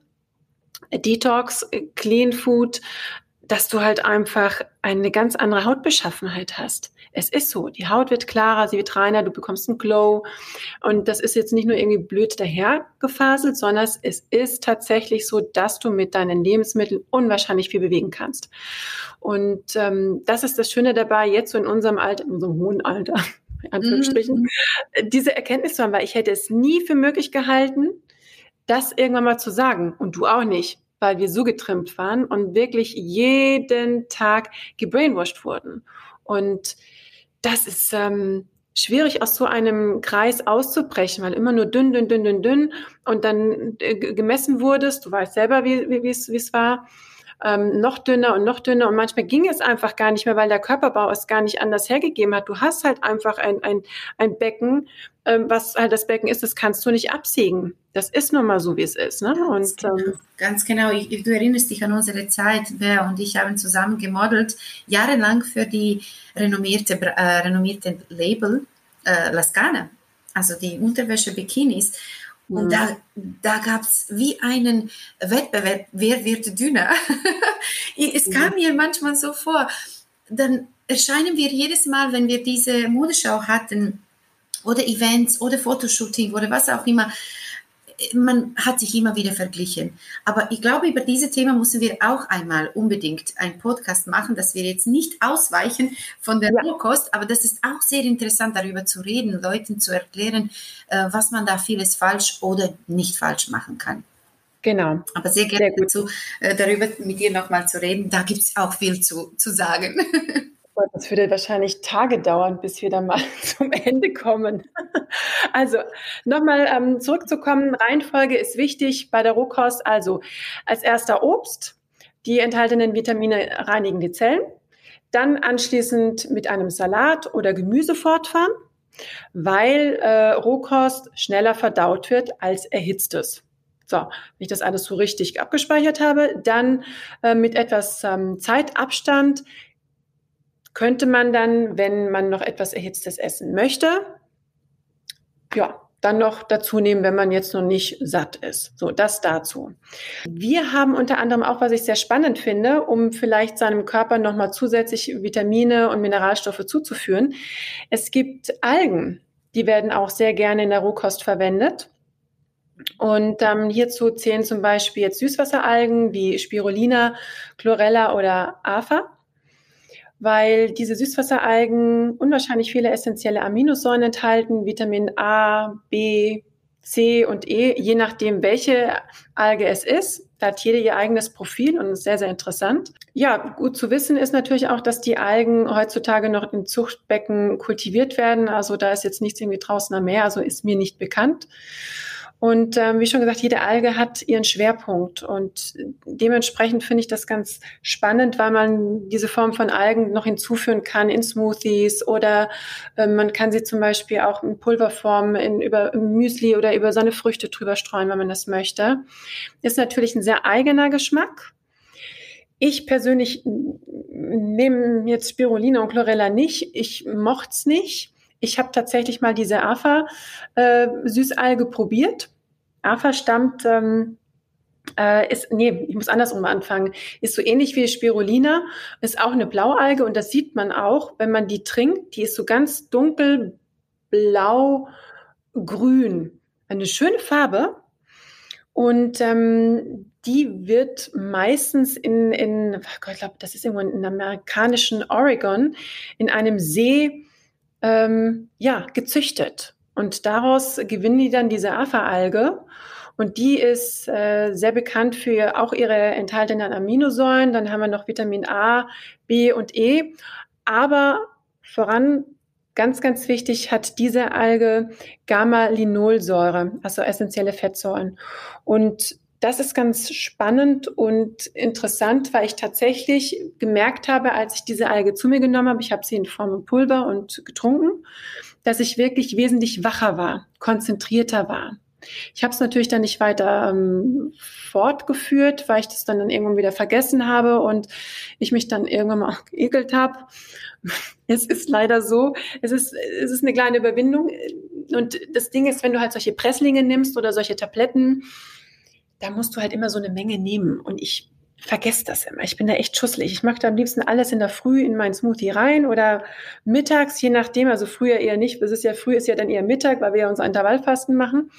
Detox, Clean Food, dass du halt einfach eine ganz andere Hautbeschaffenheit hast. Es ist so, die Haut wird klarer, sie wird reiner, du bekommst einen Glow. Und das ist jetzt nicht nur irgendwie blöd dahergefaselt, sondern es ist tatsächlich so, dass du mit deinen Lebensmitteln unwahrscheinlich viel bewegen kannst. Und ähm, das ist das Schöne dabei, jetzt so in unserem Alter, in unserem hohen Alter, in Anführungsstrichen, mhm. diese Erkenntnis zu haben, weil ich hätte es nie für möglich gehalten, das irgendwann mal zu sagen. Und du auch nicht, weil wir so getrimmt waren und wirklich jeden Tag gebrainwashed wurden. Und das ist ähm, schwierig, aus so einem Kreis auszubrechen, weil immer nur dünn, dünn, dünn, dünn, dünn und dann äh, gemessen wurdest. Du weißt selber, wie wie wie es war. Ähm, noch dünner und noch dünner und manchmal ging es einfach gar nicht mehr, weil der Körperbau es gar nicht anders hergegeben hat. Du hast halt einfach ein, ein, ein Becken, ähm, was halt das Becken ist, das kannst du nicht absägen. Das ist nun mal so, wie es ist. Ne? Ganz und, genau. Ähm, Ganz genau. Ich, du erinnerst dich an unsere Zeit, Bea und ich haben zusammen gemodelt, jahrelang für die renommierte, äh, renommierte Label äh, Lascana, also die Unterwäsche-Bikinis. Und da, da gab es wie einen Wettbewerb, wer wird dünner. Es kam mir manchmal so vor, dann erscheinen wir jedes Mal, wenn wir diese Modeschau hatten oder Events oder Fotoshooting oder was auch immer, man hat sich immer wieder verglichen. Aber ich glaube, über diese Thema müssen wir auch einmal unbedingt einen Podcast machen, dass wir jetzt nicht ausweichen von der Rohkost, ja. Aber das ist auch sehr interessant, darüber zu reden, Leuten zu erklären, was man da vieles falsch oder nicht falsch machen kann. Genau. Aber sehr gerne sehr dazu, darüber mit dir nochmal zu reden. Da gibt es auch viel zu, zu sagen. Das würde wahrscheinlich Tage dauern, bis wir dann mal zum Ende kommen. Also nochmal ähm, zurückzukommen, Reihenfolge ist wichtig bei der Rohkost. Also als erster Obst, die enthaltenen Vitamine reinigen die Zellen. Dann anschließend mit einem Salat oder Gemüse fortfahren, weil äh, Rohkost schneller verdaut wird als erhitztes. So, wenn ich das alles so richtig abgespeichert habe, dann äh, mit etwas ähm, Zeitabstand könnte man dann, wenn man noch etwas Erhitztes essen möchte, ja, dann noch dazu nehmen, wenn man jetzt noch nicht satt ist. So, das dazu. Wir haben unter anderem auch, was ich sehr spannend finde, um vielleicht seinem Körper nochmal zusätzlich Vitamine und Mineralstoffe zuzuführen. Es gibt Algen, die werden auch sehr gerne in der Rohkost verwendet. Und ähm, hierzu zählen zum Beispiel jetzt Süßwasseralgen wie Spirulina, Chlorella oder Afer, weil diese Süßwasseralgen unwahrscheinlich viele essentielle Aminosäuren enthalten, Vitamin A, B, C und E, je nachdem, welche Alge es ist. Da hat jede ihr eigenes Profil und ist sehr, sehr interessant. Ja, gut zu wissen ist natürlich auch, dass die Algen heutzutage noch in Zuchtbecken kultiviert werden. Also da ist jetzt nichts irgendwie draußen am Meer, also ist mir nicht bekannt. Und ähm, wie schon gesagt, jede Alge hat ihren Schwerpunkt und dementsprechend finde ich das ganz spannend, weil man diese Form von Algen noch hinzuführen kann in Smoothies oder äh, man kann sie zum Beispiel auch in Pulverform in, über Müsli oder über seine Früchte drüber streuen, wenn man das möchte. Ist natürlich ein sehr eigener Geschmack. Ich persönlich nehme jetzt Spirulina und Chlorella nicht. Ich mochte es nicht. Ich habe tatsächlich mal diese Afa-Süßalge äh, probiert. Afa stammt, ähm, äh, ist, nee, ich muss andersrum anfangen, ist so ähnlich wie Spirulina, ist auch eine Blaualge und das sieht man auch, wenn man die trinkt. Die ist so ganz dunkel blau-grün. Eine schöne Farbe. Und ähm, die wird meistens in, in ich glaube, das ist irgendwo in amerikanischen Oregon, in einem See Ähm, ja, gezüchtet. Und daraus gewinnen die dann diese Afa-Alge. Und die ist äh, sehr bekannt für auch ihre enthaltenen Aminosäuren. Dann haben wir noch Vitamin A, B und E. Aber voran, ganz, ganz wichtig, hat diese Alge Gamma-Linolsäure, also essentielle Fettsäuren. Und das ist ganz spannend und interessant, weil ich tatsächlich gemerkt habe, als ich diese Alge zu mir genommen habe, ich habe sie in Form von Pulver und getrunken, dass ich wirklich wesentlich wacher war, konzentrierter war. Ich habe es natürlich dann nicht weiter ähm, fortgeführt, weil ich das dann, dann irgendwann wieder vergessen habe und ich mich dann irgendwann mal auch geekelt habe. Es ist leider so, es ist, es ist eine kleine Überwindung. Und das Ding ist, wenn du halt solche Presslinge nimmst oder solche Tabletten, da musst du halt immer so eine Menge nehmen. Und ich vergesse das immer. Ich bin da echt schusselig. Ich mache da am liebsten alles in der Früh in meinen Smoothie rein oder mittags, je nachdem. Also früher eher nicht. Das ist ja früh, ist ja dann eher Mittag, weil wir ja unser Intervallfasten machen.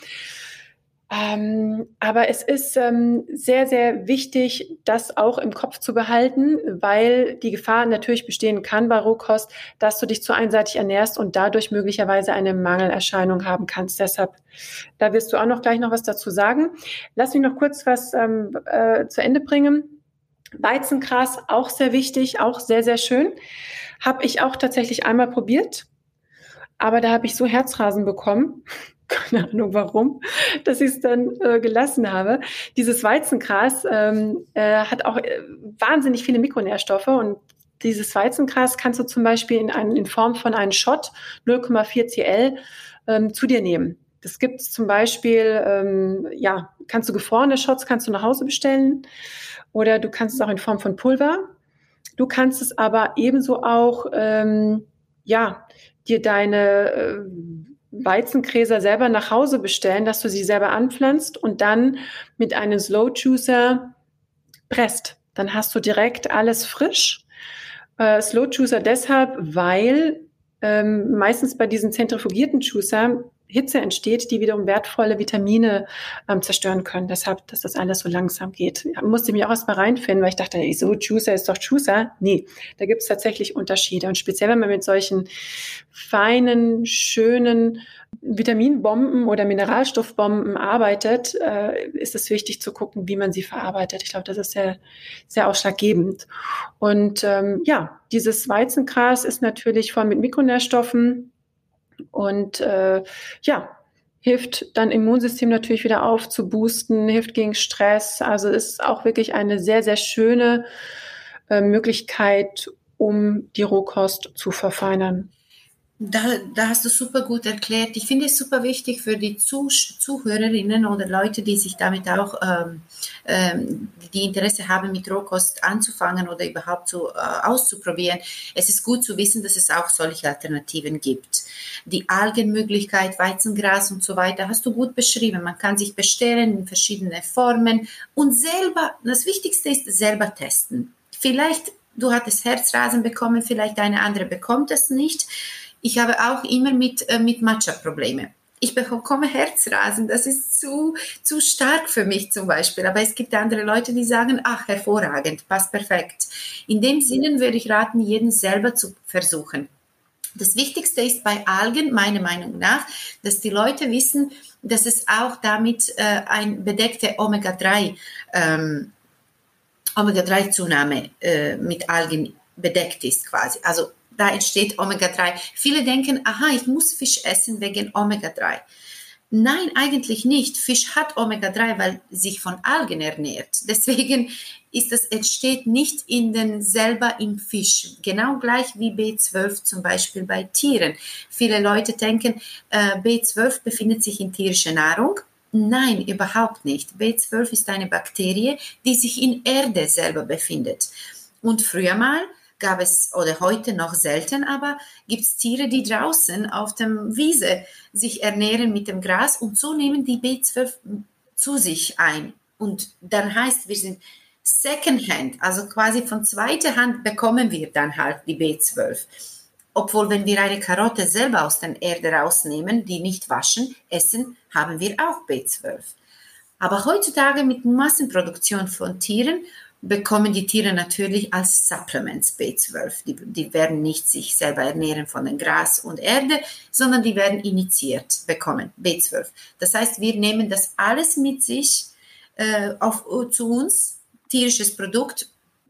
Ähm, aber es ist ähm, sehr, sehr wichtig, das auch im Kopf zu behalten, weil die Gefahr natürlich bestehen kann bei Rohkost, dass du dich zu einseitig ernährst und dadurch möglicherweise eine Mangelerscheinung haben kannst. Deshalb, da wirst du auch noch gleich noch was dazu sagen. Lass mich noch kurz was ähm, äh, zu Ende bringen. Weizengras, auch sehr wichtig, auch sehr, sehr schön. Habe ich auch tatsächlich einmal probiert, aber da habe ich so Herzrasen bekommen. Keine Ahnung warum, dass ich es dann äh, gelassen habe. Dieses Weizengras ähm, äh, hat auch äh, wahnsinnig viele Mikronährstoffe und dieses Weizengras kannst du zum Beispiel in, ein, in Form von einem Shot null Komma vier Milliliter ähm, zu dir nehmen. Das gibt es zum Beispiel, ähm, ja, kannst du gefrorene Shots, kannst du nach Hause bestellen oder du kannst es auch in Form von Pulver. Du kannst es aber ebenso auch, ähm, ja, dir deine äh, Weizengräser selber nach Hause bestellen, dass du sie selber anpflanzt und dann mit einem Slow Juicer presst. Dann hast du direkt alles frisch. Äh, Slow Juicer deshalb, weil ähm, meistens bei diesen zentrifugierten Juicer Hitze entsteht, die wiederum wertvolle Vitamine ähm, zerstören können. Deshalb, dass das alles so langsam geht. Ich musste mich auch erst mal reinfinden, weil ich dachte, ey, so Juicer ist doch Juicer. Nee, da gibt es tatsächlich Unterschiede. Und speziell, wenn man mit solchen feinen, schönen Vitaminbomben oder Mineralstoffbomben arbeitet, äh, ist es wichtig zu gucken, wie man sie verarbeitet. Ich glaube, das ist sehr, sehr ausschlaggebend. Und ähm, ja, dieses Weizengras ist natürlich voll mit Mikronährstoffen und äh, ja, hilft dann Immunsystem natürlich wieder aufzuboosten, hilft gegen Stress. Also ist auch wirklich eine sehr, sehr schöne äh, Möglichkeit, um die Rohkost zu verfeinern. Da, da hast du super gut erklärt. Ich finde es super wichtig für die Zuh- Zuhörerinnen oder Leute, die sich damit auch, ähm, ähm, die Interesse haben, mit Rohkost anzufangen oder überhaupt so äh, auszuprobieren. Es ist gut zu wissen, dass es auch solche Alternativen gibt. Die Algenmöglichkeit, Weizengras und so weiter, hast du gut beschrieben. Man kann sich bestellen in verschiedene Formen und selber, das Wichtigste ist, selber testen. Vielleicht, du hattest Herzrasen bekommen, vielleicht eine andere bekommt es nicht. Ich habe auch immer mit, äh, mit Matcha Probleme. Ich bekomme Herzrasen, das ist zu, zu stark für mich zum Beispiel. Aber es gibt andere Leute, die sagen, ach, hervorragend, passt perfekt. In dem Sinne würde ich raten, jeden selber zu versuchen. Das Wichtigste ist bei Algen, meiner Meinung nach, dass die Leute wissen, dass es auch damit äh, ein bedeckte Omega drei ähm, Omega drei Zunahme äh, mit Algen bedeckt ist quasi. Also da entsteht Omega drei. Viele denken, aha, ich muss Fisch essen wegen Omega drei. Nein, eigentlich nicht. Fisch hat Omega drei, weil sich von Algen ernährt. Deswegen ist das, entsteht nicht in den, selber im Fisch. Genau gleich wie B zwölf zum Beispiel bei Tieren. Viele Leute denken, äh, B zwölf befindet sich in tierischer Nahrung. Nein, überhaupt nicht. B zwölf ist eine Bakterie, die sich in Erde selber befindet. Und früher mal gab es, oder heute noch selten, aber gibt es Tiere, die draußen auf dem Wiese sich ernähren mit dem Gras und so nehmen die B zwölf zu sich ein. Und dann heißt, wir sind Secondhand, also quasi von zweiter Hand bekommen wir dann halt die B zwölf. Obwohl, wenn wir eine Karotte selber aus der Erde rausnehmen, die nicht waschen, essen, haben wir auch B zwölf. Aber heutzutage mit Massenproduktion von Tieren bekommen die Tiere natürlich als Supplements B zwölf. Die, die werden nicht sich selber ernähren von dem Gras und Erde, sondern die werden initiiert bekommen, B zwölf. Das heißt, wir nehmen das alles mit sich äh, auf, zu uns, tierisches Produkt,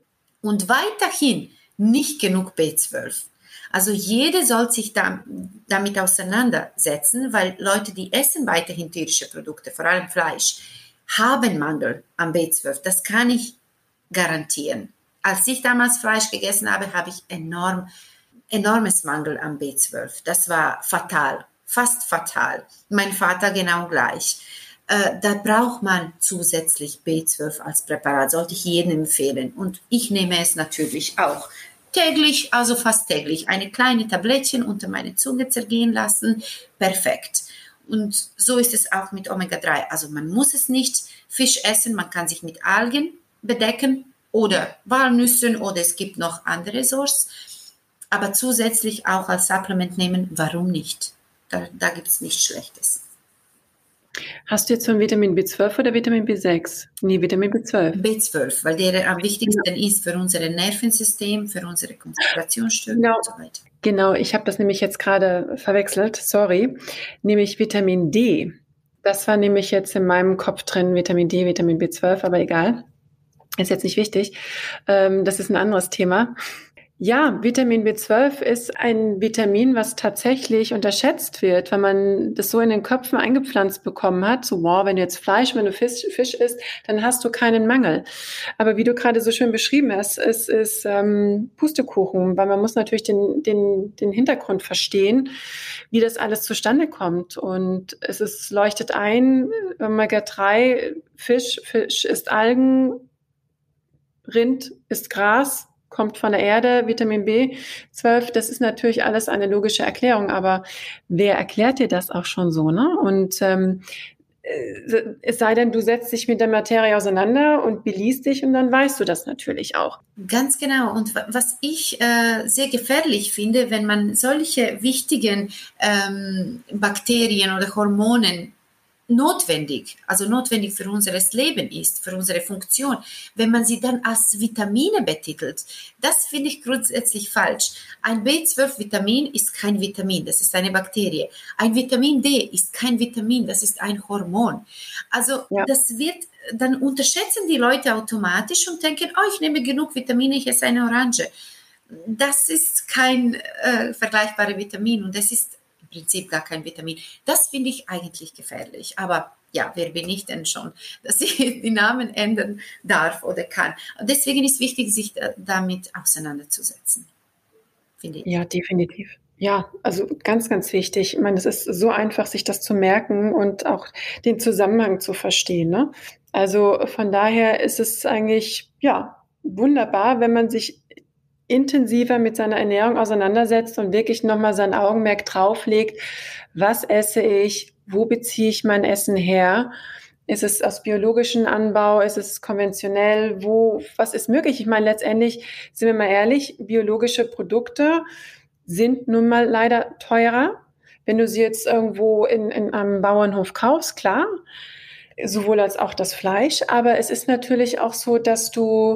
und weiterhin nicht genug B zwölf. Also jeder soll sich da, damit auseinandersetzen, weil Leute, die essen weiterhin tierische Produkte, vor allem Fleisch, haben Mangel an B zwölf. Das kann ich garantieren. Als ich damals Fleisch gegessen habe, habe ich enorm, enormes Mangel an B zwölf. Das war fatal, fast fatal. Mein Vater genau gleich. Äh, da braucht man zusätzlich B zwölf als Präparat, sollte ich jedem empfehlen. Und ich nehme es natürlich auch täglich, also fast täglich. Eine kleine Tablettchen unter meine Zunge zergehen lassen, perfekt. Und so ist es auch mit Omega drei. Also man muss es nicht Fisch essen, man kann sich mit Algen bedecken oder Walnüssen oder es gibt noch andere Sorts, aber zusätzlich auch als Supplement nehmen, warum nicht? Da, da gibt es nichts Schlechtes. Hast du jetzt von Vitamin B zwölf oder Vitamin B sechs? Nee, Vitamin B zwölf. B zwölf, weil der am wichtigsten ja. ist für unser Nervensystem, für unsere Konzentrationsstörung genau. und so weiter. Genau, ich habe das nämlich jetzt gerade verwechselt, sorry, nämlich Vitamin D. Das war nämlich jetzt in meinem Kopf drin, Vitamin D, Vitamin B zwölf, aber egal. Ist jetzt nicht wichtig. Das ist ein anderes Thema. Ja, Vitamin B zwölf ist ein Vitamin, was tatsächlich unterschätzt wird, weil man das so in den Köpfen eingepflanzt bekommen hat. So, wow, wenn du jetzt Fleisch, wenn du Fisch, Fisch isst, dann hast du keinen Mangel. Aber wie du gerade so schön beschrieben hast, es ist ähm, Pustekuchen, weil man muss natürlich den, den, den Hintergrund verstehen, wie das alles zustande kommt. Und es ist, leuchtet ein, Omega drei, Fisch, Fisch ist Algen, Rind ist Gras, kommt von der Erde, Vitamin B zwölf, das ist natürlich alles eine logische Erklärung, aber wer erklärt dir das auch schon so, ne? Und ähm, es sei denn, du setzt dich mit der Materie auseinander und beliest dich und dann weißt du das natürlich auch. Ganz genau. Und was ich äh, sehr gefährlich finde, wenn man solche wichtigen ähm, Bakterien oder Hormonen notwendig, also notwendig für unser Leben ist, für unsere Funktion, wenn man sie dann als Vitamine betitelt, das finde ich grundsätzlich falsch. Ein B zwölf Vitamin ist kein Vitamin, das ist eine Bakterie. Ein Vitamin D ist kein Vitamin, das ist ein Hormon. Also ja. das wird, dann unterschätzen die Leute automatisch und denken, oh, ich nehme genug Vitamine, ich esse eine Orange. Das ist kein äh, vergleichbares Vitamin und das ist im Prinzip gar kein Vitamin. Das finde ich eigentlich gefährlich. Aber ja, wer bin ich denn schon, dass ich die Namen ändern darf oder kann. Deswegen ist wichtig, sich damit auseinanderzusetzen, finde ich. Ja, definitiv. Ja, also ganz, ganz wichtig. Ich meine, es ist so einfach, sich das zu merken und auch den Zusammenhang zu verstehen, ne? Also von daher ist es eigentlich, ja, wunderbar, wenn man sich intensiver mit seiner Ernährung auseinandersetzt und wirklich nochmal sein Augenmerk drauflegt, was esse ich, wo beziehe ich mein Essen her, ist es aus biologischem Anbau, ist es konventionell, wo, was ist möglich? Ich meine, letztendlich, sind wir mal ehrlich, biologische Produkte sind nun mal leider teurer. Wenn du sie jetzt irgendwo in, in einem Bauernhof kaufst, klar, sowohl als auch das Fleisch, aber es ist natürlich auch so, dass du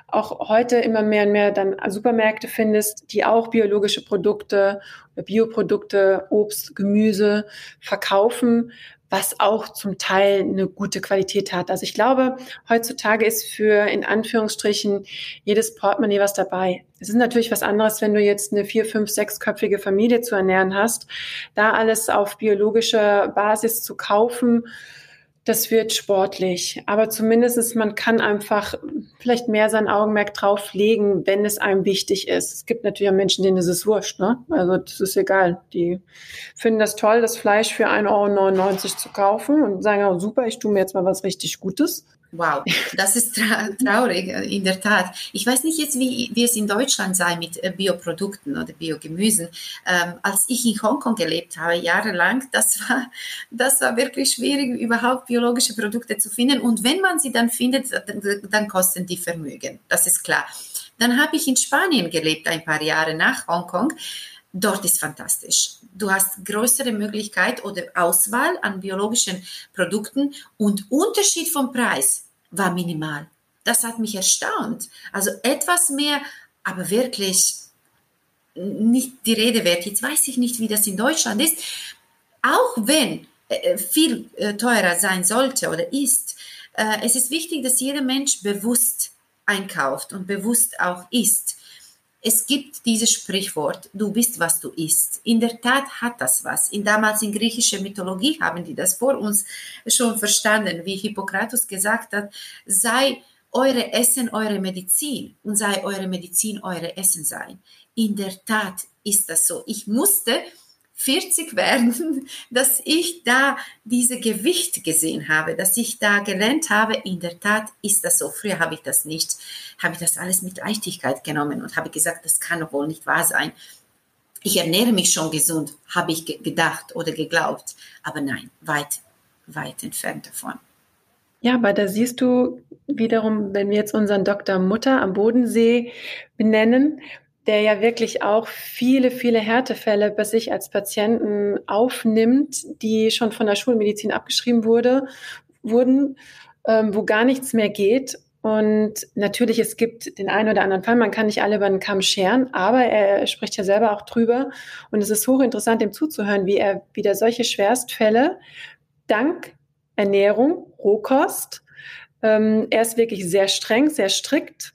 auch heute immer mehr und mehr dann Supermärkte findest, die auch biologische Produkte oder Bioprodukte, Obst, Gemüse verkaufen, was auch zum Teil eine gute Qualität hat. Also ich glaube, heutzutage ist für, in Anführungsstrichen, jedes Portemonnaie was dabei. Es ist natürlich was anderes, wenn du jetzt eine vier-, fünf-, sechsköpfige Familie zu ernähren hast. Da alles auf biologischer Basis zu kaufen, das wird sportlich. Aber zumindest man kann einfach vielleicht mehr sein Augenmerk drauf legen, wenn es einem wichtig ist. Es gibt natürlich auch Menschen, denen ist es wurscht, ne? Also das ist egal. Die finden das toll, das Fleisch für ein Euro neunundneunzig zu kaufen und sagen, oh, super, ich tue mir jetzt mal was richtig Gutes. Wow, das ist tra- traurig, in der Tat. Ich weiß nicht jetzt, wie, wie es in Deutschland sei mit Bioprodukten oder Biogemüsen. Ähm, als ich in Hongkong gelebt habe, jahrelang, das war, das war wirklich schwierig, überhaupt biologische Produkte zu finden. Und wenn man sie dann findet, dann, dann kosten die Vermögen, das ist klar. Dann habe ich in Spanien gelebt, ein paar Jahre nach Hongkong. Dort ist fantastisch. Du hast größere Möglichkeit oder Auswahl an biologischen Produkten und Unterschied vom Preis war minimal. Das hat mich erstaunt. Also etwas mehr, aber wirklich nicht die Rede wert. Jetzt weiß ich nicht, wie das in Deutschland ist. Auch wenn äh, viel äh, teurer sein sollte oder ist, äh, es ist wichtig, dass jeder Mensch bewusst einkauft und bewusst auch isst. Es gibt dieses Sprichwort, du bist, was du isst. In der Tat hat das was. In damals in griechischer Mythologie haben die das vor uns schon verstanden, wie Hippokrates gesagt hat, sei eure Essen eure Medizin und sei eure Medizin eure Essen sein. In der Tat ist das so. Ich musste vierzig werden, dass ich da diese Gewicht gesehen habe, dass ich da gelernt habe, in der Tat ist das so. Früher habe ich das nicht, habe ich das alles mit Leichtigkeit genommen und habe gesagt, das kann doch wohl nicht wahr sein. Ich ernähre mich schon gesund, habe ich ge- gedacht oder geglaubt, aber nein, weit, weit entfernt davon. Ja, aber da siehst du wiederum, wenn wir jetzt unseren Doktor Mutter am Bodensee benennen, der ja wirklich auch viele, viele Härtefälle bei sich als Patienten aufnimmt, die schon von der Schulmedizin abgeschrieben wurde, wurden, ähm, wo gar nichts mehr geht. Und natürlich, es gibt den einen oder anderen Fall, man kann nicht alle über den Kamm scheren, aber er spricht ja selber auch drüber. Und es ist hochinteressant, ihm zuzuhören, wie er wieder solche Schwerstfälle dank Ernährung, Rohkost, ähm, er ist wirklich sehr streng, sehr strikt,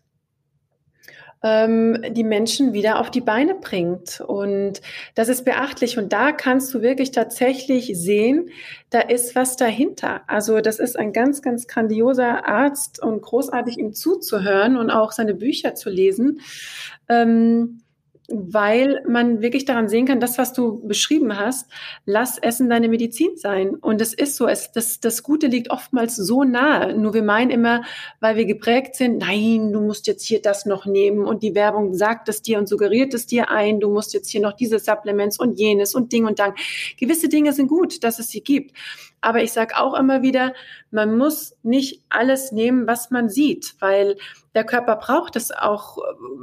die Menschen wieder auf die Beine bringt. Und das ist beachtlich. Und da kannst du wirklich tatsächlich sehen, da ist was dahinter. Also das ist ein ganz, ganz grandioser Arzt und großartig ihm zuzuhören und auch seine Bücher zu lesen, ähm, weil man wirklich daran sehen kann, das, was du beschrieben hast, lass Essen deine Medizin sein. Und es ist so, es, das, das Gute liegt oftmals so nahe. Nur wir meinen immer, weil wir geprägt sind, nein, du musst jetzt hier das noch nehmen und die Werbung sagt es dir und suggeriert es dir ein, du musst jetzt hier noch diese Supplements und jenes und Ding und Dang. Gewisse Dinge sind gut, dass es sie gibt. Aber ich sage auch immer wieder, man muss nicht alles nehmen, was man sieht, weil der Körper braucht es auch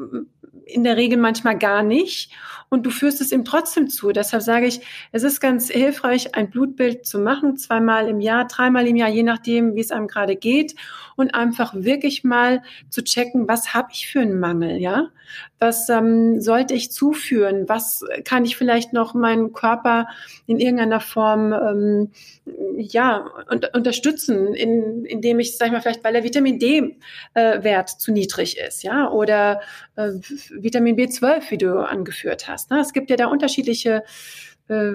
in der Regel manchmal gar nicht und du führst es ihm trotzdem zu. Deshalb sage ich, es ist ganz hilfreich, ein Blutbild zu machen, zweimal im Jahr, dreimal im Jahr, je nachdem, wie es einem gerade geht und einfach wirklich mal zu checken, was habe ich für einen Mangel, ja? Was ähm, sollte ich zuführen? Was kann ich vielleicht noch meinen Körper in irgendeiner Form ähm, ja, un- unterstützen, in, indem ich, sag ich mal, vielleicht, weil der Vitamin D-Wert äh, zu niedrig ist, ja, oder äh, Vitamin B zwölf, wie du angeführt hast. Ne? Es gibt ja da unterschiedliche äh,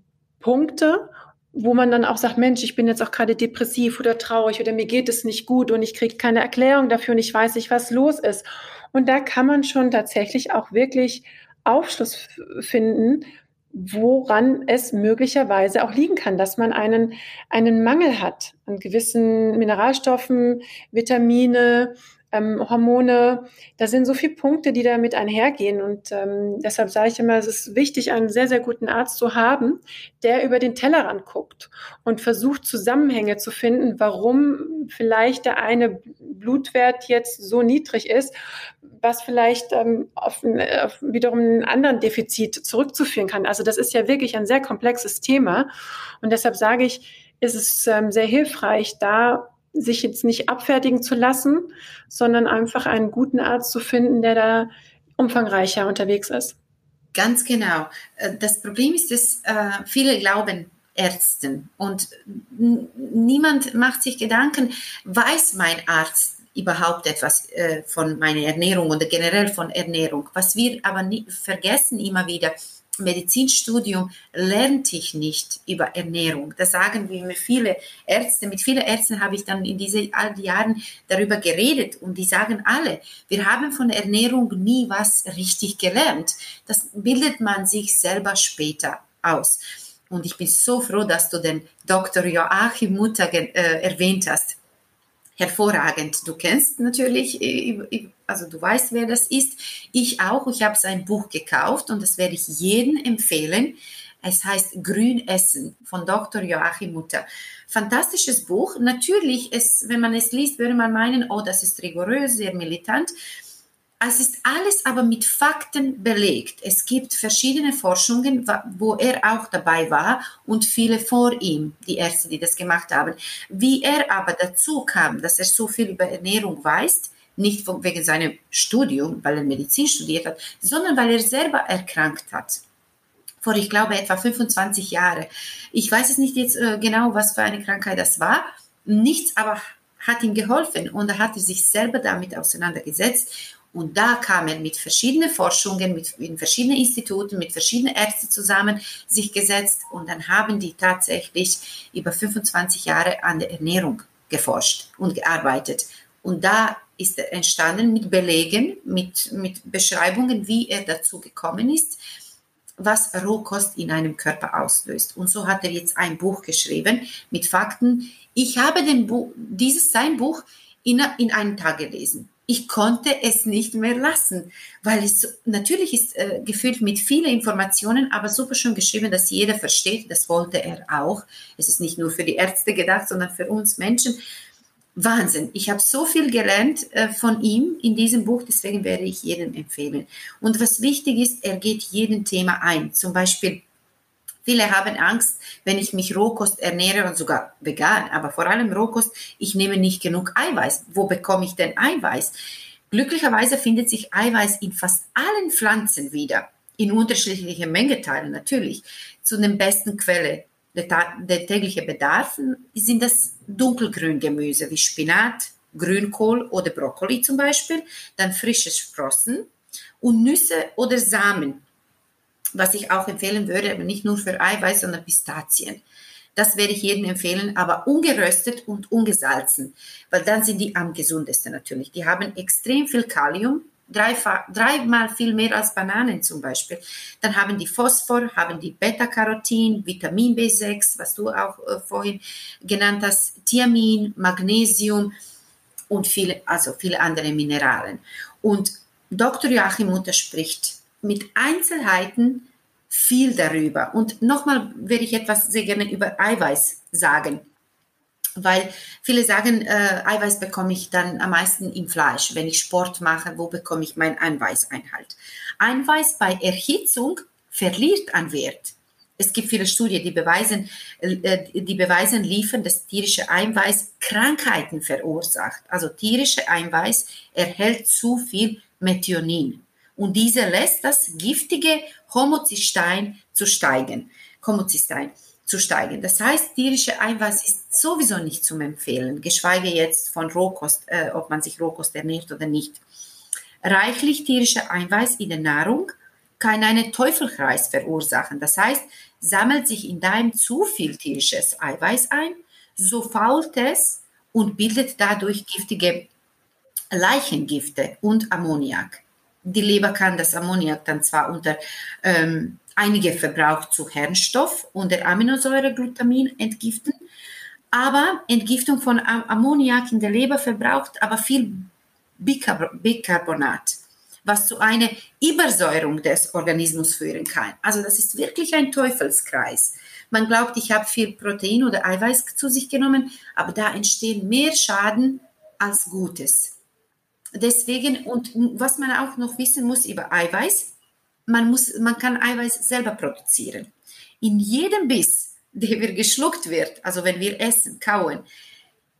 Punkte, wo man dann auch sagt, Mensch, ich bin jetzt auch gerade depressiv oder traurig oder mir geht es nicht gut und ich kriege keine Erklärung dafür und ich weiß nicht, was los ist. Und da kann man schon tatsächlich auch wirklich Aufschluss f- finden, woran es möglicherweise auch liegen kann, dass man einen, einen Mangel hat an gewissen Mineralstoffen, Vitamine, ähm, Hormone. Da sind so viele Punkte, die damit einhergehen. Und ähm, deshalb sage ich immer, es ist wichtig, einen sehr, sehr guten Arzt zu haben, der über den Tellerrand guckt und versucht, Zusammenhänge zu finden, warum vielleicht der eine Blutwert jetzt so niedrig ist, was vielleicht ähm, auf, auf wiederum einen anderen Defizit zurückzuführen kann. Also das ist ja wirklich ein sehr komplexes Thema. Und deshalb sage ich, ist es ähm, sehr hilfreich, da sich jetzt nicht abfertigen zu lassen, sondern einfach einen guten Arzt zu finden, der da umfangreicher unterwegs ist. Ganz genau. Das Problem ist, dass äh, viele glauben Ärzten und n- niemand macht sich Gedanken, weiß mein Arzt überhaupt etwas äh, von meiner Ernährung oder generell von Ernährung. Was wir aber nie, vergessen immer wieder, Medizinstudium lernte ich nicht über Ernährung. Das sagen mir viele Ärzte. Mit vielen Ärzten habe ich dann in diesen all die Jahren darüber geredet und die sagen alle, wir haben von Ernährung nie was richtig gelernt. Das bildet man sich selber später aus. Und ich bin so froh, dass du den Doktor Joachim Mutter äh, erwähnt hast. Hervorragend. Du kennst natürlich, also du weißt, wer das ist. Ich auch. Ich habe sein Buch gekauft und das werde ich jedem empfehlen. Es heißt Grün essen von Doktor Joachim Mutter. Fantastisches Buch. Natürlich, es, wenn man es liest, würde man meinen, oh, das ist rigorös, sehr militant. Es ist alles aber mit Fakten belegt. Es gibt verschiedene Forschungen, wo er auch dabei war und viele vor ihm, die Ärzte, die das gemacht haben. Wie er aber dazu kam, dass er so viel über Ernährung weiß, nicht wegen seinem Studium, weil er Medizin studiert hat, sondern weil er selber erkrankt hat. Vor, ich glaube, etwa fünfundzwanzig Jahre. Ich weiß es nicht jetzt äh, genau, was für eine Krankheit das war. Nichts aber hat ihm geholfen und er hatte sich selber damit auseinandergesetzt. Und da kam er mit verschiedenen Forschungen, mit in verschiedenen Instituten, mit verschiedenen Ärzten zusammen sich gesetzt und dann haben die tatsächlich über fünfundzwanzig Jahre an der Ernährung geforscht und gearbeitet. Und da ist er entstanden mit Belegen, mit, mit Beschreibungen, wie er dazu gekommen ist, was Rohkost in einem Körper auslöst. Und so hat er jetzt ein Buch geschrieben mit Fakten. Ich habe den Buch, dieses sein Buch in, in einem Tag gelesen. Ich konnte es nicht mehr lassen, weil es natürlich ist äh, gefüllt mit vielen Informationen, aber super schön geschrieben, dass jeder versteht. Das wollte er auch. Es ist nicht nur für die Ärzte gedacht, sondern für uns Menschen. Wahnsinn. Ich habe so viel gelernt äh, von ihm in diesem Buch, deswegen werde ich jedem empfehlen. Und was wichtig ist, er geht jedem Thema ein. Zum Beispiel, viele haben Angst, wenn ich mich Rohkost ernähre und sogar vegan, aber vor allem Rohkost, ich nehme nicht genug Eiweiß. Wo bekomme ich denn Eiweiß? Glücklicherweise findet sich Eiweiß in fast allen Pflanzen wieder, in unterschiedlichen Mengeteilen natürlich. Zu den besten Quellen der, der tägliche Bedarf sind das Dunkelgrüngemüse wie Spinat, Grünkohl oder Brokkoli zum Beispiel, dann frische Sprossen und Nüsse oder Samen, was ich auch empfehlen würde, aber nicht nur für Eiweiß, sondern Pistazien. Das werde ich jedem empfehlen, aber ungeröstet und ungesalzen, weil dann sind die am gesundesten natürlich. Die haben extrem viel Kalium, dreifach, dreimal viel mehr als Bananen zum Beispiel. Dann haben die Phosphor, haben die Beta-Carotin, Vitamin B sechs, was du auch äh, vorhin genannt hast, Thiamin, Magnesium und viele, also viele andere Mineralien. Und Doktor Joachim Mutter spricht mit Einzelheiten viel darüber. Und nochmal werde ich etwas sehr gerne über Eiweiß sagen, weil viele sagen, äh, Eiweiß bekomme ich dann am meisten im Fleisch. Wenn ich Sport mache, wo bekomme ich meinen Eiweißeinhalt? Eiweiß bei Erhitzung verliert an Wert. Es gibt viele Studien, die beweisen, äh, die beweisen liefern, dass tierische Eiweiß Krankheiten verursacht. Also tierische Eiweiß erhält zu viel Methionin. Und diese lässt das giftige Homozystein zu steigen. Homozystein zu steigen. Das heißt, tierische Eiweiß ist sowieso nicht zum Empfehlen, geschweige jetzt von Rohkost, äh, ob man sich Rohkost ernährt oder nicht. Reichlich tierische Eiweiß in der Nahrung kann einen Teufelskreis verursachen. Das heißt, sammelt sich in deinem zu viel tierisches Eiweiß ein, so fault es und bildet dadurch giftige Leichengifte und Ammoniak. Die Leber kann das Ammoniak dann zwar unter ähm, einige Verbrauch zu Harnstoff und der Aminosäure Glutamin entgiften, aber Entgiftung von Ammoniak in der Leber verbraucht aber viel Bicarbonat, was zu einer Übersäuerung des Organismus führen kann. Also das ist wirklich ein Teufelskreis. Man glaubt, ich habe viel Protein oder Eiweiß zu sich genommen, aber da entstehen mehr Schaden als Gutes. Deswegen, und was man auch noch wissen muss über Eiweiß, man, muss, man kann Eiweiß selber produzieren. In jedem Biss, der wir geschluckt wird, also wenn wir essen, kauen,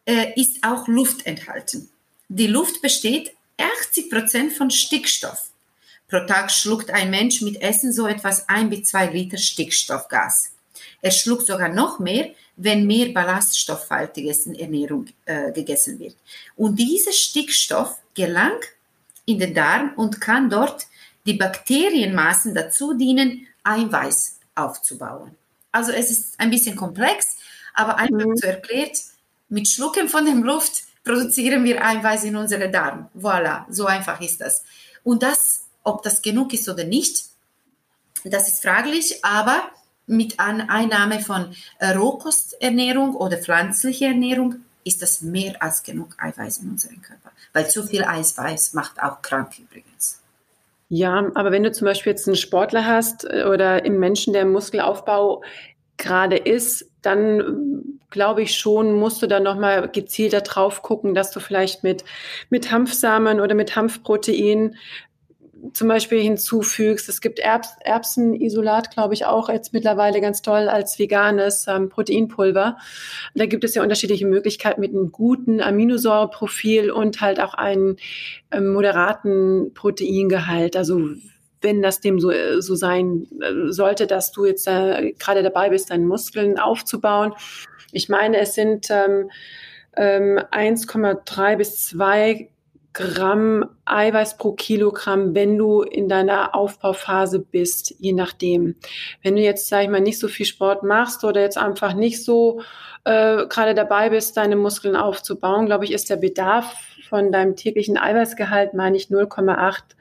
äh, ist auch Luft enthalten. Die Luft besteht achtzig Prozent von Stickstoff. Pro Tag schluckt ein Mensch mit Essen so etwas ein bis zwei Liter Stickstoffgas. Er schluckt sogar noch mehr, wenn mehr ballaststoffhaltige Ernährung äh, gegessen wird. Und dieser Stickstoff gelangt in den Darm und kann dort die Bakterienmassen dazu dienen, Eiweiß aufzubauen. Also es ist ein bisschen komplex, aber einfach mhm. so erklärt, mit Schlucken von der Luft produzieren wir Eiweiß in unserem Darm. Voilà, so einfach ist das. Und das, ob das genug ist oder nicht, das ist fraglich, aber mit Einnahme von Rohkosternährung oder pflanzlicher Ernährung ist das mehr als genug Eiweiß in unserem Körper. Weil zu viel Eiweiß macht auch krank übrigens. Ja, aber wenn du zum Beispiel jetzt einen Sportler hast oder im Menschen, der im Muskelaufbau gerade ist, dann glaube ich schon, musst du da nochmal gezielter drauf gucken, dass du vielleicht mit, mit Hanfsamen oder mit Hanfprotein zum Beispiel hinzufügst. Es gibt Erbs, Erbsenisolat, glaube ich, auch jetzt mittlerweile ganz toll als veganes ähm, Proteinpulver. Da gibt es ja unterschiedliche Möglichkeiten mit einem guten Aminosäureprofil und halt auch einen ähm, moderaten Proteingehalt. Also wenn das dem so, so sein sollte, dass du jetzt äh, gerade dabei bist, deine Muskeln aufzubauen. Ich meine, es sind ähm, ähm, eins Komma drei bis zwei Gramm Eiweiß pro Kilogramm, wenn du in deiner Aufbauphase bist, je nachdem. Wenn du jetzt, sag ich mal, nicht so viel Sport machst oder jetzt einfach nicht so äh, gerade dabei bist, deine Muskeln aufzubauen, glaube ich, ist der Bedarf von deinem täglichen Eiweißgehalt, meine ich, null Komma acht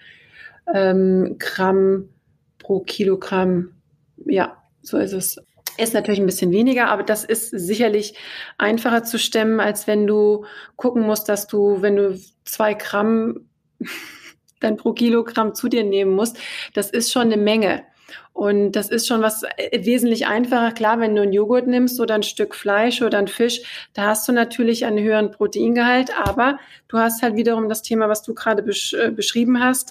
ähm, Gramm pro Kilogramm. Ja, so ist es. Ist natürlich ein bisschen weniger, aber das ist sicherlich einfacher zu stemmen, als wenn du gucken musst, dass du, wenn du zwei Gramm dann pro Kilogramm zu dir nehmen musst. Das ist schon eine Menge. Und das ist schon was wesentlich einfacher. Klar, wenn du einen Joghurt nimmst oder ein Stück Fleisch oder einen Fisch, da hast du natürlich einen höheren Proteingehalt, aber du hast halt wiederum das Thema, was du gerade besch- äh, beschrieben hast,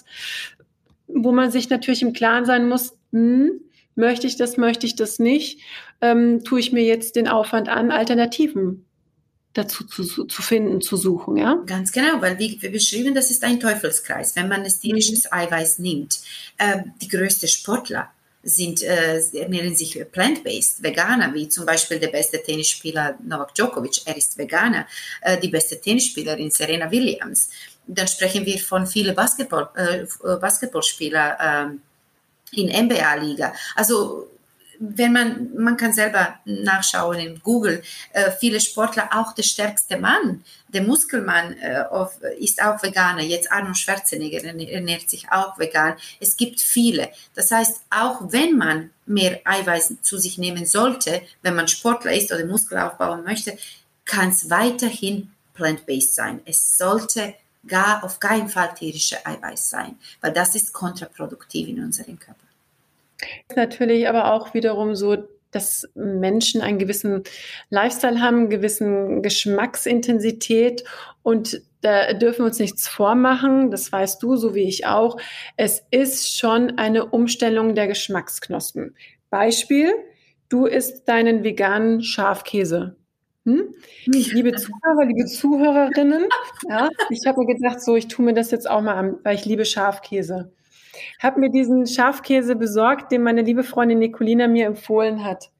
wo man sich natürlich im Klaren sein muss, hm, möchte ich das, möchte ich das nicht? Ähm, tue ich mir jetzt den Aufwand an, Alternativen dazu zu, zu finden, zu suchen, ja? Ganz genau, weil wie wir beschrieben, das ist ein Teufelskreis. Wenn man das tierisches mhm. Eiweiß nimmt, äh, die größten Sportler sind, äh, ernähren sich plant-based, Veganer, wie zum Beispiel der beste Tennisspieler Novak Djokovic, er ist Veganer, äh, die beste Tennisspielerin Serena Williams. Dann sprechen wir von vielen Basketball, äh, Basketballspieler, äh, in N B A-Liga. Also wenn man, man kann selber nachschauen in Google, äh, viele Sportler, auch der stärkste Mann, der Muskelmann äh, auf, ist auch Veganer. Jetzt Arnold Schwarzenegger ernährt sich auch vegan. Es gibt viele. Das heißt, auch wenn man mehr Eiweiß zu sich nehmen sollte, wenn man Sportler ist oder Muskel aufbauen möchte, kann es weiterhin plant-based sein. Es sollte gar auf keinen Fall tierische Eiweiß sein, weil das ist kontraproduktiv in unserem Körper. Es ist natürlich aber auch wiederum so, dass Menschen einen gewissen Lifestyle haben, einen gewissen Geschmacksintensität und da dürfen wir uns nichts vormachen, das weißt du, so wie ich auch. Es ist schon eine Umstellung der Geschmacksknospen. Beispiel, du isst deinen veganen Schafkäse. Hm? Liebe Zuhörer, liebe Zuhörerinnen, ja, ich habe mir gedacht, so, ich tue mir das jetzt auch mal an, weil ich liebe Schafkäse. Habe mir diesen Schafkäse besorgt, den meine liebe Freundin Nicolina mir empfohlen hat.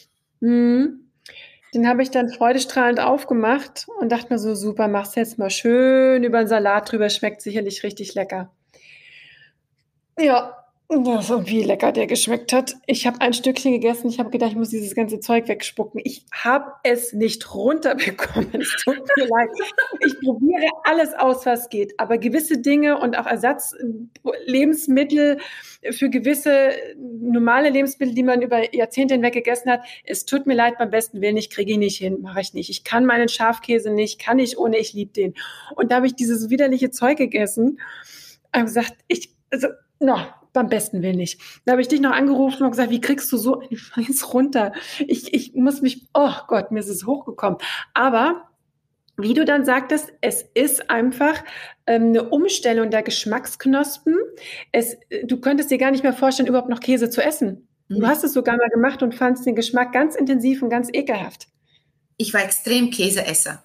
Hm. Den habe ich dann freudestrahlend aufgemacht und dachte mir so, super, mach's jetzt mal schön über den Salat drüber, schmeckt sicherlich richtig lecker. Ja, das ist wie lecker der geschmeckt hat. Ich habe ein Stückchen gegessen. Ich habe gedacht, ich muss dieses ganze Zeug wegspucken. Ich habe es nicht runterbekommen. Es tut mir leid. Ich probiere alles aus, was geht. Aber gewisse Dinge und auch Ersatzlebensmittel für gewisse normale Lebensmittel, die man über Jahrzehnte hinweg gegessen hat, es tut mir leid, beim besten Willen nicht, kriege ich nicht hin, mache ich nicht. Ich kann meinen Schafkäse nicht, kann ich ohne, ich liebe den. Und da habe ich dieses widerliche Zeug gegessen und gesagt, ich, also, no, beim besten Willen nicht. Da habe ich dich noch angerufen und gesagt, wie kriegst du so einen Scheiß runter? Ich, ich muss mich, oh Gott, mir ist es hochgekommen. Aber wie du dann sagtest, es ist einfach ähm, eine Umstellung der Geschmacksknospen. Es, du könntest dir gar nicht mehr vorstellen, überhaupt noch Käse zu essen. Mhm. Du hast es sogar mal gemacht und fandst den Geschmack ganz intensiv und ganz ekelhaft. Ich war extrem Käseesser.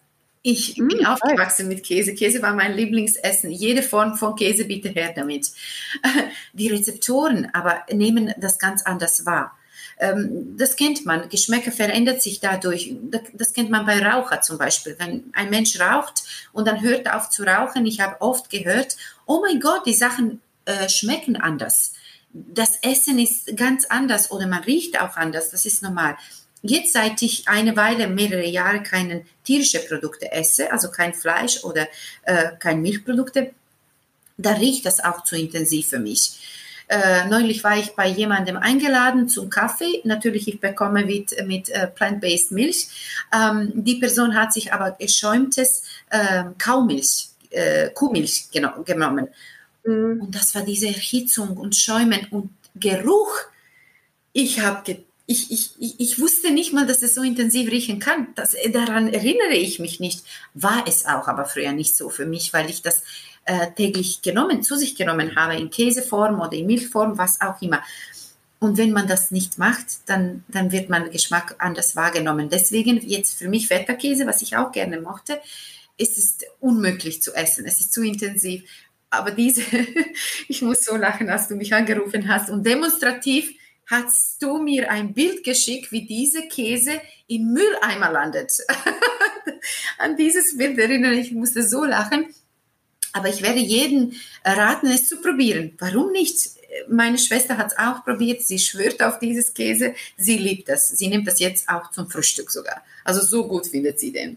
Ich Mm, bin toll. aufgewachsen mit Käse. Käse war mein Lieblingsessen. Jede Form von Käse, bitte her damit. Die Rezeptoren aber nehmen das ganz anders wahr. Ähm, das kennt man. Geschmäcker verändert sich dadurch. Das kennt man bei Raucher zum Beispiel. Wenn ein Mensch raucht und dann hört auf zu rauchen, ich habe oft gehört, oh mein Gott, die Sachen äh, schmecken anders. Das Essen ist ganz anders oder man riecht auch anders. Das ist normal. Jetzt, seit ich eine Weile, mehrere Jahre keine tierische Produkte esse, also kein Fleisch oder äh, keine Milchprodukte, da riecht das auch zu intensiv für mich. Äh, neulich war ich bei jemandem eingeladen zum Kaffee. Natürlich, ich bekomme mit, mit äh, plant-based Milch. Ähm, die Person hat sich aber geschäumtes äh, Kaumilch, äh, Kuhmilch geno- genommen. Mm. Und das war diese Erhitzung und Schäumen und Geruch. Ich habe ge- Ich, ich, ich, ich wusste nicht mal, dass es so intensiv riechen kann. Das, daran erinnere ich mich nicht. War es auch aber früher nicht so für mich, weil ich das äh, täglich genommen, zu sich genommen habe, in Käseform oder in Milchform, was auch immer. Und wenn man das nicht macht, dann, dann wird man den Geschmack anders wahrgenommen. Deswegen jetzt für mich Feta-Käse, was ich auch gerne mochte, es ist unmöglich zu essen. Es ist zu intensiv. Aber diese, ich muss so lachen, als du mich angerufen hast und demonstrativ hast du mir ein Bild geschickt, wie diese Käse im Mülleimer landet. An dieses Bild erinnere ich, ich musste so lachen. Aber ich werde jeden raten, es zu probieren. Warum nicht? Meine Schwester hat es auch probiert. Sie schwört auf dieses Käse. Sie liebt das. Sie nimmt das jetzt auch zum Frühstück sogar. Also so gut findet sie den.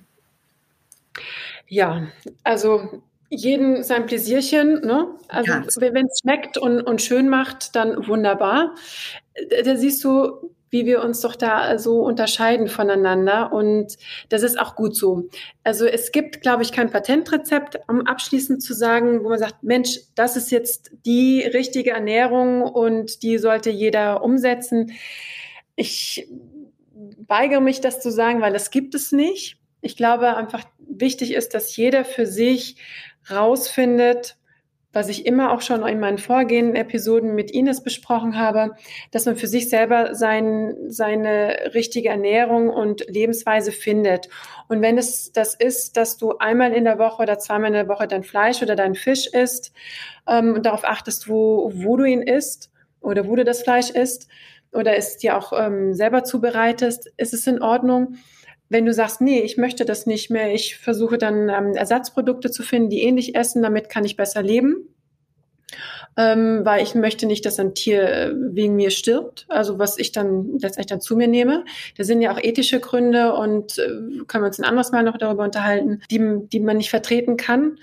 Ja, also jeden sein Pläsierchen, ne? Also Ganz. wenn es schmeckt und, und schön macht, dann wunderbar. Da, da siehst du, wie wir uns doch da so unterscheiden voneinander und das ist auch gut so. Also es gibt, glaube ich, kein Patentrezept, um abschließend zu sagen, wo man sagt, Mensch, das ist jetzt die richtige Ernährung und die sollte jeder umsetzen. Ich weigere mich, das zu sagen, weil das gibt es nicht. Ich glaube einfach, wichtig ist, dass jeder für sich rausfindet, was ich immer auch schon in meinen vorgehenden Episoden mit Ines besprochen habe, dass man für sich selber sein, seine richtige Ernährung und Lebensweise findet. Und wenn es das ist, dass du einmal in der Woche oder zweimal in der Woche dein Fleisch oder dein Fisch isst ähm, und darauf achtest, wo, wo du ihn isst oder wo du das Fleisch isst oder es dir auch ähm, selber zubereitest, ist es in Ordnung. Wenn du sagst, nee, ich möchte das nicht mehr, ich versuche dann ähm, Ersatzprodukte zu finden, die ähnlich essen, damit kann ich besser leben, ähm, weil ich möchte nicht, dass ein Tier äh, wegen mir stirbt, also was ich dann letztendlich dann zu mir nehme. Da sind ja auch ethische Gründe und äh, können wir uns ein anderes Mal noch darüber unterhalten, die, die man nicht vertreten kann.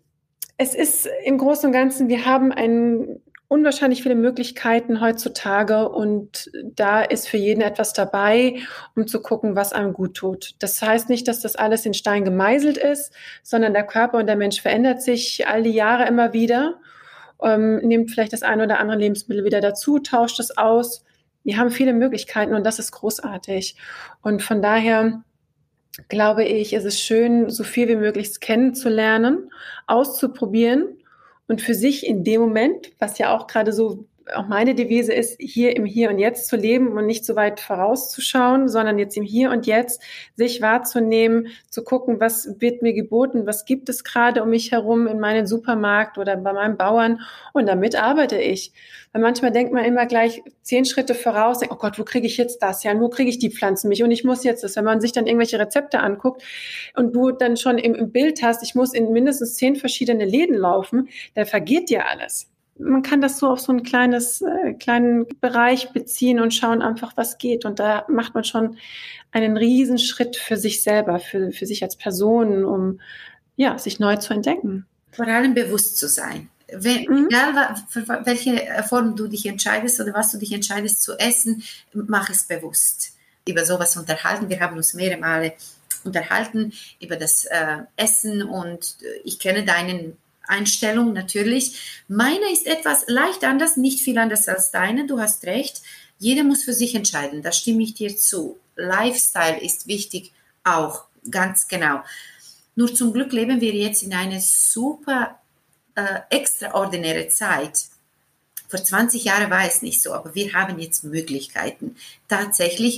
Es ist im Großen und Ganzen, wir haben ein unwahrscheinlich viele Möglichkeiten heutzutage und da ist für jeden etwas dabei, um zu gucken, was einem gut tut. Das heißt nicht, dass das alles in Stein gemeißelt ist, sondern der Körper und der Mensch verändert sich all die Jahre immer wieder, ähm, nimmt vielleicht das eine oder andere Lebensmittel wieder dazu, tauscht es aus. Wir haben viele Möglichkeiten und das ist großartig. Und von daher glaube ich, ist es schön, so viel wie möglich kennenzulernen, auszuprobieren und für sich in dem Moment, was ja auch gerade so auch meine Devise ist, hier im Hier und Jetzt zu leben und nicht so weit vorauszuschauen, sondern jetzt im Hier und Jetzt sich wahrzunehmen, zu gucken, was wird mir geboten, was gibt es gerade um mich herum in meinem Supermarkt oder bei meinem Bauern und damit arbeite ich. Weil manchmal denkt man immer gleich zehn Schritte voraus, denkt, oh Gott, wo kriege ich jetzt das? Ja, wo kriege ich die Pflanzenmilch? Und ich muss jetzt das. Wenn man sich dann irgendwelche Rezepte anguckt und du dann schon im, im Bild hast, ich muss in mindestens zehn verschiedene Läden laufen, dann vergeht dir alles. Man kann das so auf so ein kleines, äh, kleinen Bereich beziehen und schauen einfach, was geht. Und da macht man schon einen riesen Schritt für sich selber, für, für sich als Person, um, ja, sich neu zu entdecken. Vor allem bewusst zu sein. Wenn, Mhm. Egal für welche Form du dich entscheidest oder was du dich entscheidest zu essen, mach es bewusst. Über sowas unterhalten. Wir haben uns mehrere Male unterhalten über das äh, Essen und ich kenne deinen Einstellung natürlich. Meine ist etwas leicht anders, nicht viel anders als deine. Du hast recht. Jeder muss für sich entscheiden. Da stimme ich dir zu. Lifestyle ist wichtig auch, ganz genau. Nur zum Glück leben wir jetzt in einer super äh, extraordinäre Zeit. Vor zwanzig Jahren war es nicht so, aber wir haben jetzt Möglichkeiten, tatsächlich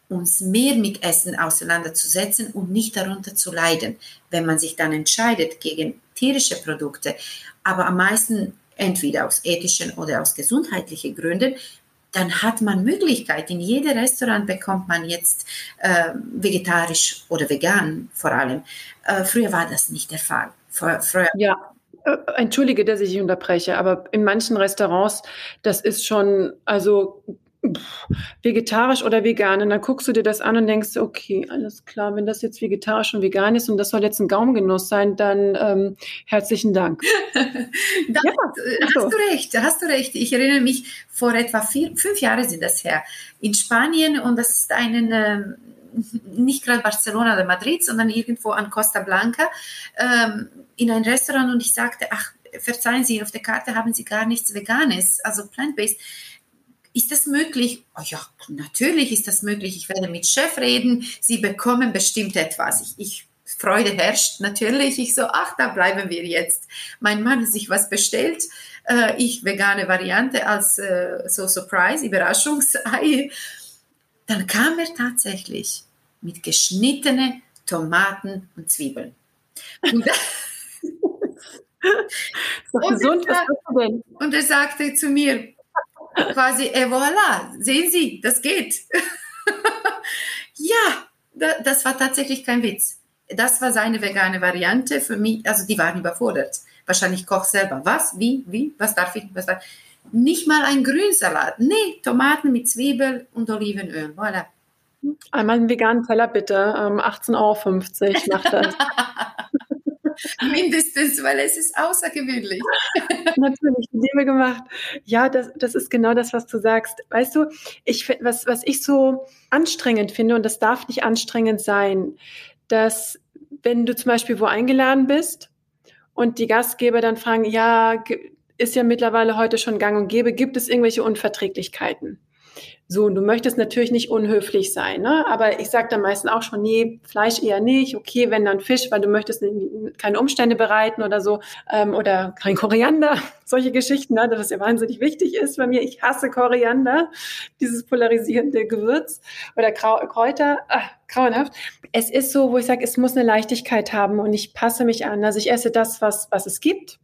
uns mehr mit Essen auseinanderzusetzen und nicht darunter zu leiden. Wenn man sich dann entscheidet gegen tierische Produkte, aber am meisten entweder aus ethischen oder aus gesundheitlichen Gründen, dann hat man Möglichkeit. In jedem Restaurant bekommt man jetzt äh, vegetarisch oder vegan vor allem. Äh, früher war das nicht der Fall. Früher, früher Ja, äh, entschuldige, dass ich dich unterbreche, aber in manchen Restaurants, das ist schon, also pff, vegetarisch oder vegan. Und dann guckst du dir das an und denkst, okay, alles klar, wenn das jetzt vegetarisch und vegan ist und das soll jetzt ein Gaumengenuss sein, dann ähm, herzlichen Dank. Da Ja, hast so. du recht, hast du recht. Ich erinnere mich, vor etwa vier, fünf Jahren sind das her, in Spanien, und das ist einen, ähm, nicht gerade Barcelona oder Madrid, sondern irgendwo an Costa Blanca, ähm, in ein Restaurant, und ich sagte, ach, verzeihen Sie, auf der Karte haben Sie gar nichts Veganes, also plant-based. Ist das möglich? Oh ja, natürlich ist das möglich. Ich werde mit Chef reden. Sie bekommen bestimmt etwas. Ich, ich Freude herrscht natürlich. Ich so, ach, da bleiben wir jetzt. Mein Mann hat sich was bestellt. Äh, ich vegane Variante als äh, so Surprise, Überraschungsei. Dann kam er tatsächlich mit geschnittenen Tomaten und Zwiebeln. Und, und, Gesund, er, was hast du denn? und er sagte zu mir, quasi, et voilà, sehen Sie, das geht. Ja, da, das war tatsächlich kein Witz. Das war seine vegane Variante für mich. Also die waren überfordert. Wahrscheinlich Koch selber. Was? Wie? Wie? Was darf ich? Was darf ich? Nicht mal ein Grünsalat. Nee, Tomaten mit Zwiebel und Olivenöl. Voilà. Einmal einen veganen Teller bitte, ähm, achtzehn Euro fünfzig macht das. Mindestens, weil es ist außergewöhnlich. Natürlich, Liebe gemacht. Ja, das, das ist genau das, was du sagst. Weißt du, ich, was, was ich so anstrengend finde, und das darf nicht anstrengend sein, dass wenn du zum Beispiel wo eingeladen bist und die Gastgeber dann fragen, ja, ist ja mittlerweile heute schon gang und gäbe, gibt es irgendwelche Unverträglichkeiten? So, und du möchtest natürlich nicht unhöflich sein, ne? Aber ich sage dann meistens auch schon, nee, Fleisch eher nicht, okay, wenn dann Fisch, weil du möchtest keine Umstände bereiten oder so, ähm, oder kein Koriander, solche Geschichten, ne? Das ja wahnsinnig wichtig ist bei mir. Ich hasse Koriander, dieses polarisierende Gewürz oder Krau- Kräuter, ach, grauenhaft. Es ist so, wo ich sage, es muss eine Leichtigkeit haben und ich passe mich an. Also ich esse das, was, was es gibt.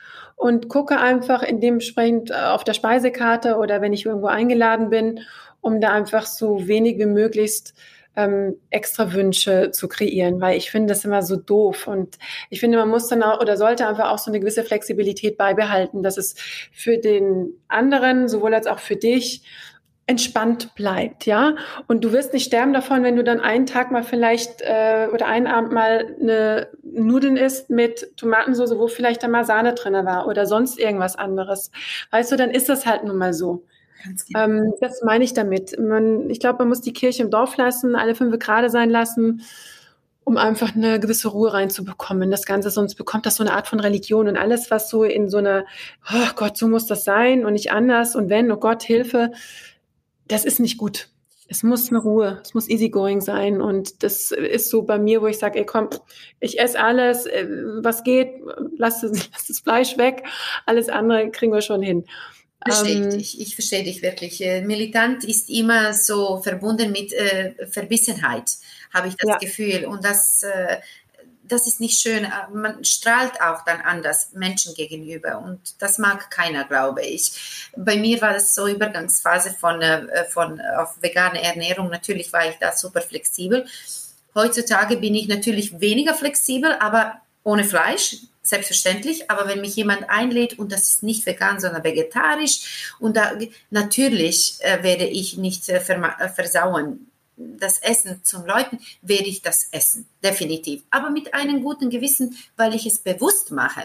Und gucke einfach in dementsprechend auf der Speisekarte oder wenn ich irgendwo eingeladen bin, um da einfach so wenig wie möglichst ähm, extra Wünsche zu kreieren, weil ich finde das immer so doof und ich finde, man muss dann auch oder sollte einfach auch so eine gewisse Flexibilität beibehalten, dass es für den anderen, sowohl als auch für dich, entspannt bleibt, ja. Und du wirst nicht sterben davon, wenn du dann einen Tag mal vielleicht äh, oder einen Abend mal eine Nudeln isst mit Tomatensauce, wo vielleicht dann mal Sahne drin war oder sonst irgendwas anderes. Weißt du, dann ist das halt nun mal so. Genau. Ähm, das meine ich damit. Man, ich glaube, man muss die Kirche im Dorf lassen, alle fünf gerade sein lassen, um einfach eine gewisse Ruhe reinzubekommen. Das Ganze, sonst bekommt das so eine Art von Religion und alles, was so in so einer, oh Gott, so muss das sein und nicht anders und wenn, oh Gott, Hilfe, das ist nicht gut. Es muss eine Ruhe, es muss easygoing sein und das ist so bei mir, wo ich sage, ey komm, ich esse alles, was geht, lass das, lass das Fleisch weg, alles andere kriegen wir schon hin. Verstehe ähm, ich, ich verstehe dich wirklich. Militant ist immer so verbunden mit äh, Verbissenheit, habe ich das ja. Gefühl und das äh, das ist nicht schön. Man strahlt auch dann anders Menschen gegenüber und das mag keiner, glaube ich. Bei mir war das so Übergangsphase von, von auf vegane Ernährung. Natürlich war ich da super flexibel. Heutzutage bin ich natürlich weniger flexibel, aber ohne Fleisch, selbstverständlich. Aber wenn mich jemand einlädt und das ist nicht vegan, sondern vegetarisch und da natürlich äh, werde ich nicht äh, verma- versauen. Das Essen zum Leuten, werde ich das essen, definitiv. Aber mit einem guten Gewissen, weil ich es bewusst mache.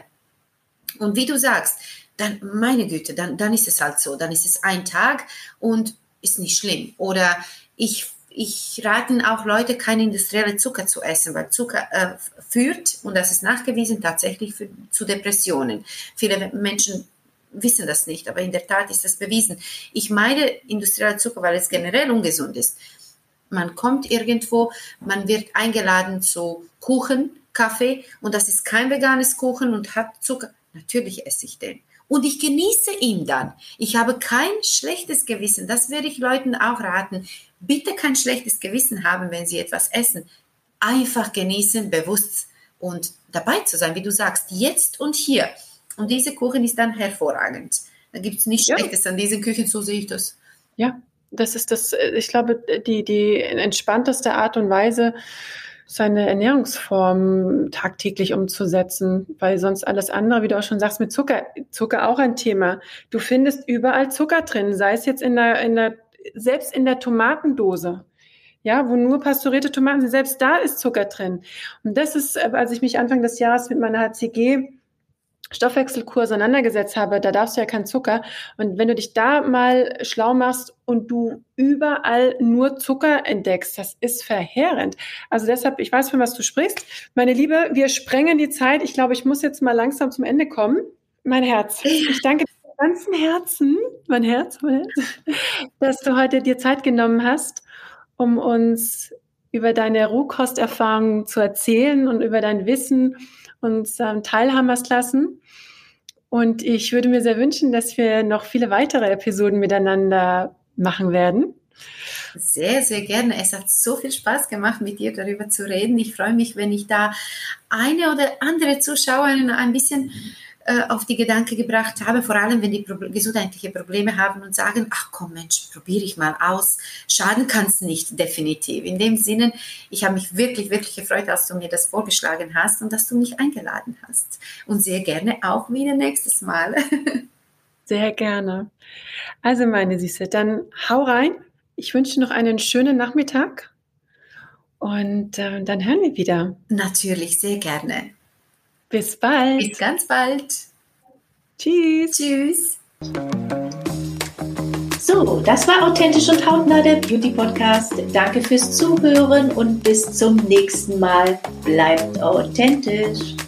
Und wie du sagst, dann, meine Güte, dann, dann ist es halt so. Dann ist es ein Tag und ist nicht schlimm. Oder ich, ich rate auch Leute, keinen industriellen Zucker zu essen, weil Zucker äh, führt, und das ist nachgewiesen, tatsächlich für, zu Depressionen. Viele Menschen wissen das nicht, aber in der Tat ist das bewiesen. Ich meide industriellen Zucker, weil es generell ungesund ist. Man kommt irgendwo, man wird eingeladen zu Kuchen, Kaffee und das ist kein veganes Kuchen und hat Zucker. Natürlich esse ich den. Und ich genieße ihn dann. Ich habe kein schlechtes Gewissen. Das würde ich Leuten auch raten. Bitte kein schlechtes Gewissen haben, wenn sie etwas essen. Einfach genießen, bewusst und dabei zu sein, wie du sagst, jetzt und hier. Und dieser Kuchen ist dann hervorragend. Da gibt es nichts Ja. Schlechtes an diesen Küchen, so sehe ich das. Ja, das ist das, ich glaube, die, die entspannteste Art und Weise, seine Ernährungsform tagtäglich umzusetzen, weil sonst alles andere, wie du auch schon sagst, mit Zucker, Zucker auch ein Thema. Du findest überall Zucker drin, sei es jetzt in der, in der, selbst in der Tomatendose, ja, wo nur pasteurierte Tomaten sind, selbst da ist Zucker drin. Und das ist, als ich mich Anfang des Jahres mit meiner H C G Stoffwechselkur auseinandergesetzt habe, da darfst du ja keinen Zucker. Und wenn du dich da mal schlau machst und du überall nur Zucker entdeckst, das ist verheerend. Also deshalb, ich weiß, von was du sprichst. Meine Liebe, wir sprengen die Zeit. Ich glaube, ich muss jetzt mal langsam zum Ende kommen. Mein Herz, ich danke dir von ganzem Herzen, mein Herz, mein Herz, dass du heute dir Zeit genommen hast, um uns über deine Rohkosterfahrungen zu erzählen und über dein Wissen uns ähm, teilhaben hast lassen. Und ich würde mir sehr wünschen, dass wir noch viele weitere Episoden miteinander machen werden. Sehr, sehr gerne. Es hat so viel Spaß gemacht, mit dir darüber zu reden. Ich freue mich, wenn ich da eine oder andere Zuschauerin ein bisschen äh, auf die Gedanken gebracht habe, vor allem wenn die Proble- gesundheitliche Probleme haben und sagen, ach komm Mensch, probiere ich mal aus. Schaden kann es nicht, definitiv. In dem Sinne, ich habe mich wirklich, wirklich gefreut, dass du mir das vorgeschlagen hast und dass du mich eingeladen hast. Und sehr gerne auch wieder nächstes Mal. Sehr gerne. Also meine Süße, dann hau rein. Ich wünsche dir noch einen schönen Nachmittag und äh, dann hören wir wieder. Natürlich, sehr gerne. Bis bald. Bis ganz bald. Tschüss. Tschüss. So, das war Authentisch und Hautnah, der Beauty Podcast. Danke fürs Zuhören und bis zum nächsten Mal. Bleibt authentisch.